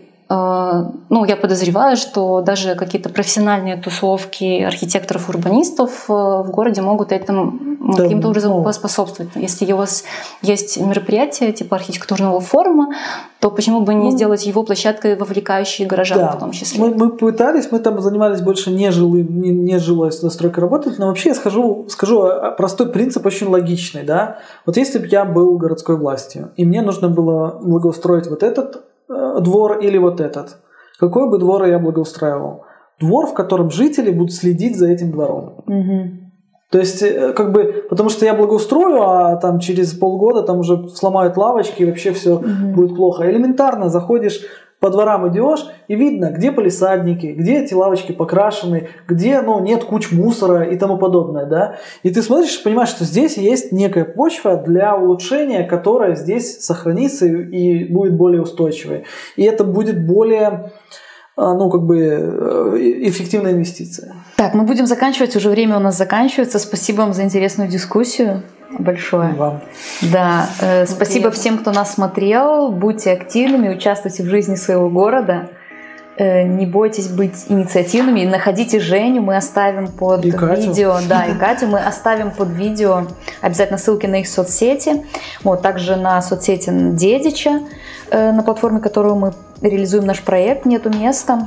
ну, я подозреваю, что даже какие-то профессиональные тусовки архитекторов, урбанистов в городе могут этому да, каким-то образом ну, поспособствовать. Если у вас есть мероприятие типа архитектурного форума, то почему бы не ну, сделать его площадкой, вовлекающей горожан да. в том числе? Мы, мы пытались, мы там занимались больше не, жилым, не, не жилой застройкой работать, но вообще я скажу, скажу простой принцип, очень логичный. Да? Вот если бы я был городской властью, и мне нужно было благоустроить вот этот двор или вот этот. Какой бы двор я благоустраивал? Двор, в котором жители будут следить за этим двором. Угу. То есть, как бы, потому что я благоустрою, а там через полгода там уже сломают лавочки, и вообще все угу. будет плохо. Элементарно заходишь, по дворам идешь, и видно, где палисадники, где эти лавочки покрашены, где ну, нет куч мусора и тому подобное. Да? И ты смотришь и понимаешь, что здесь есть некая почва для улучшения, которая здесь сохранится и будет более устойчивой. И это будет более ну, как бы, эффективная инвестиция. Так, мы будем заканчивать, уже время у нас заканчивается. Спасибо вам за интересную дискуссию. Большое. Вам. Да, э, спасибо всем, кто нас смотрел. Будьте активными, участвуйте в жизни своего города. Э, не бойтесь быть инициативными. Находите Женю, мы оставим под и видео. Да, и Катю мы оставим под видео обязательно ссылки на их соцсети. Вот, также на соцсети Дедича, э, на платформе, которую мы реализуем наш проект «Нету места».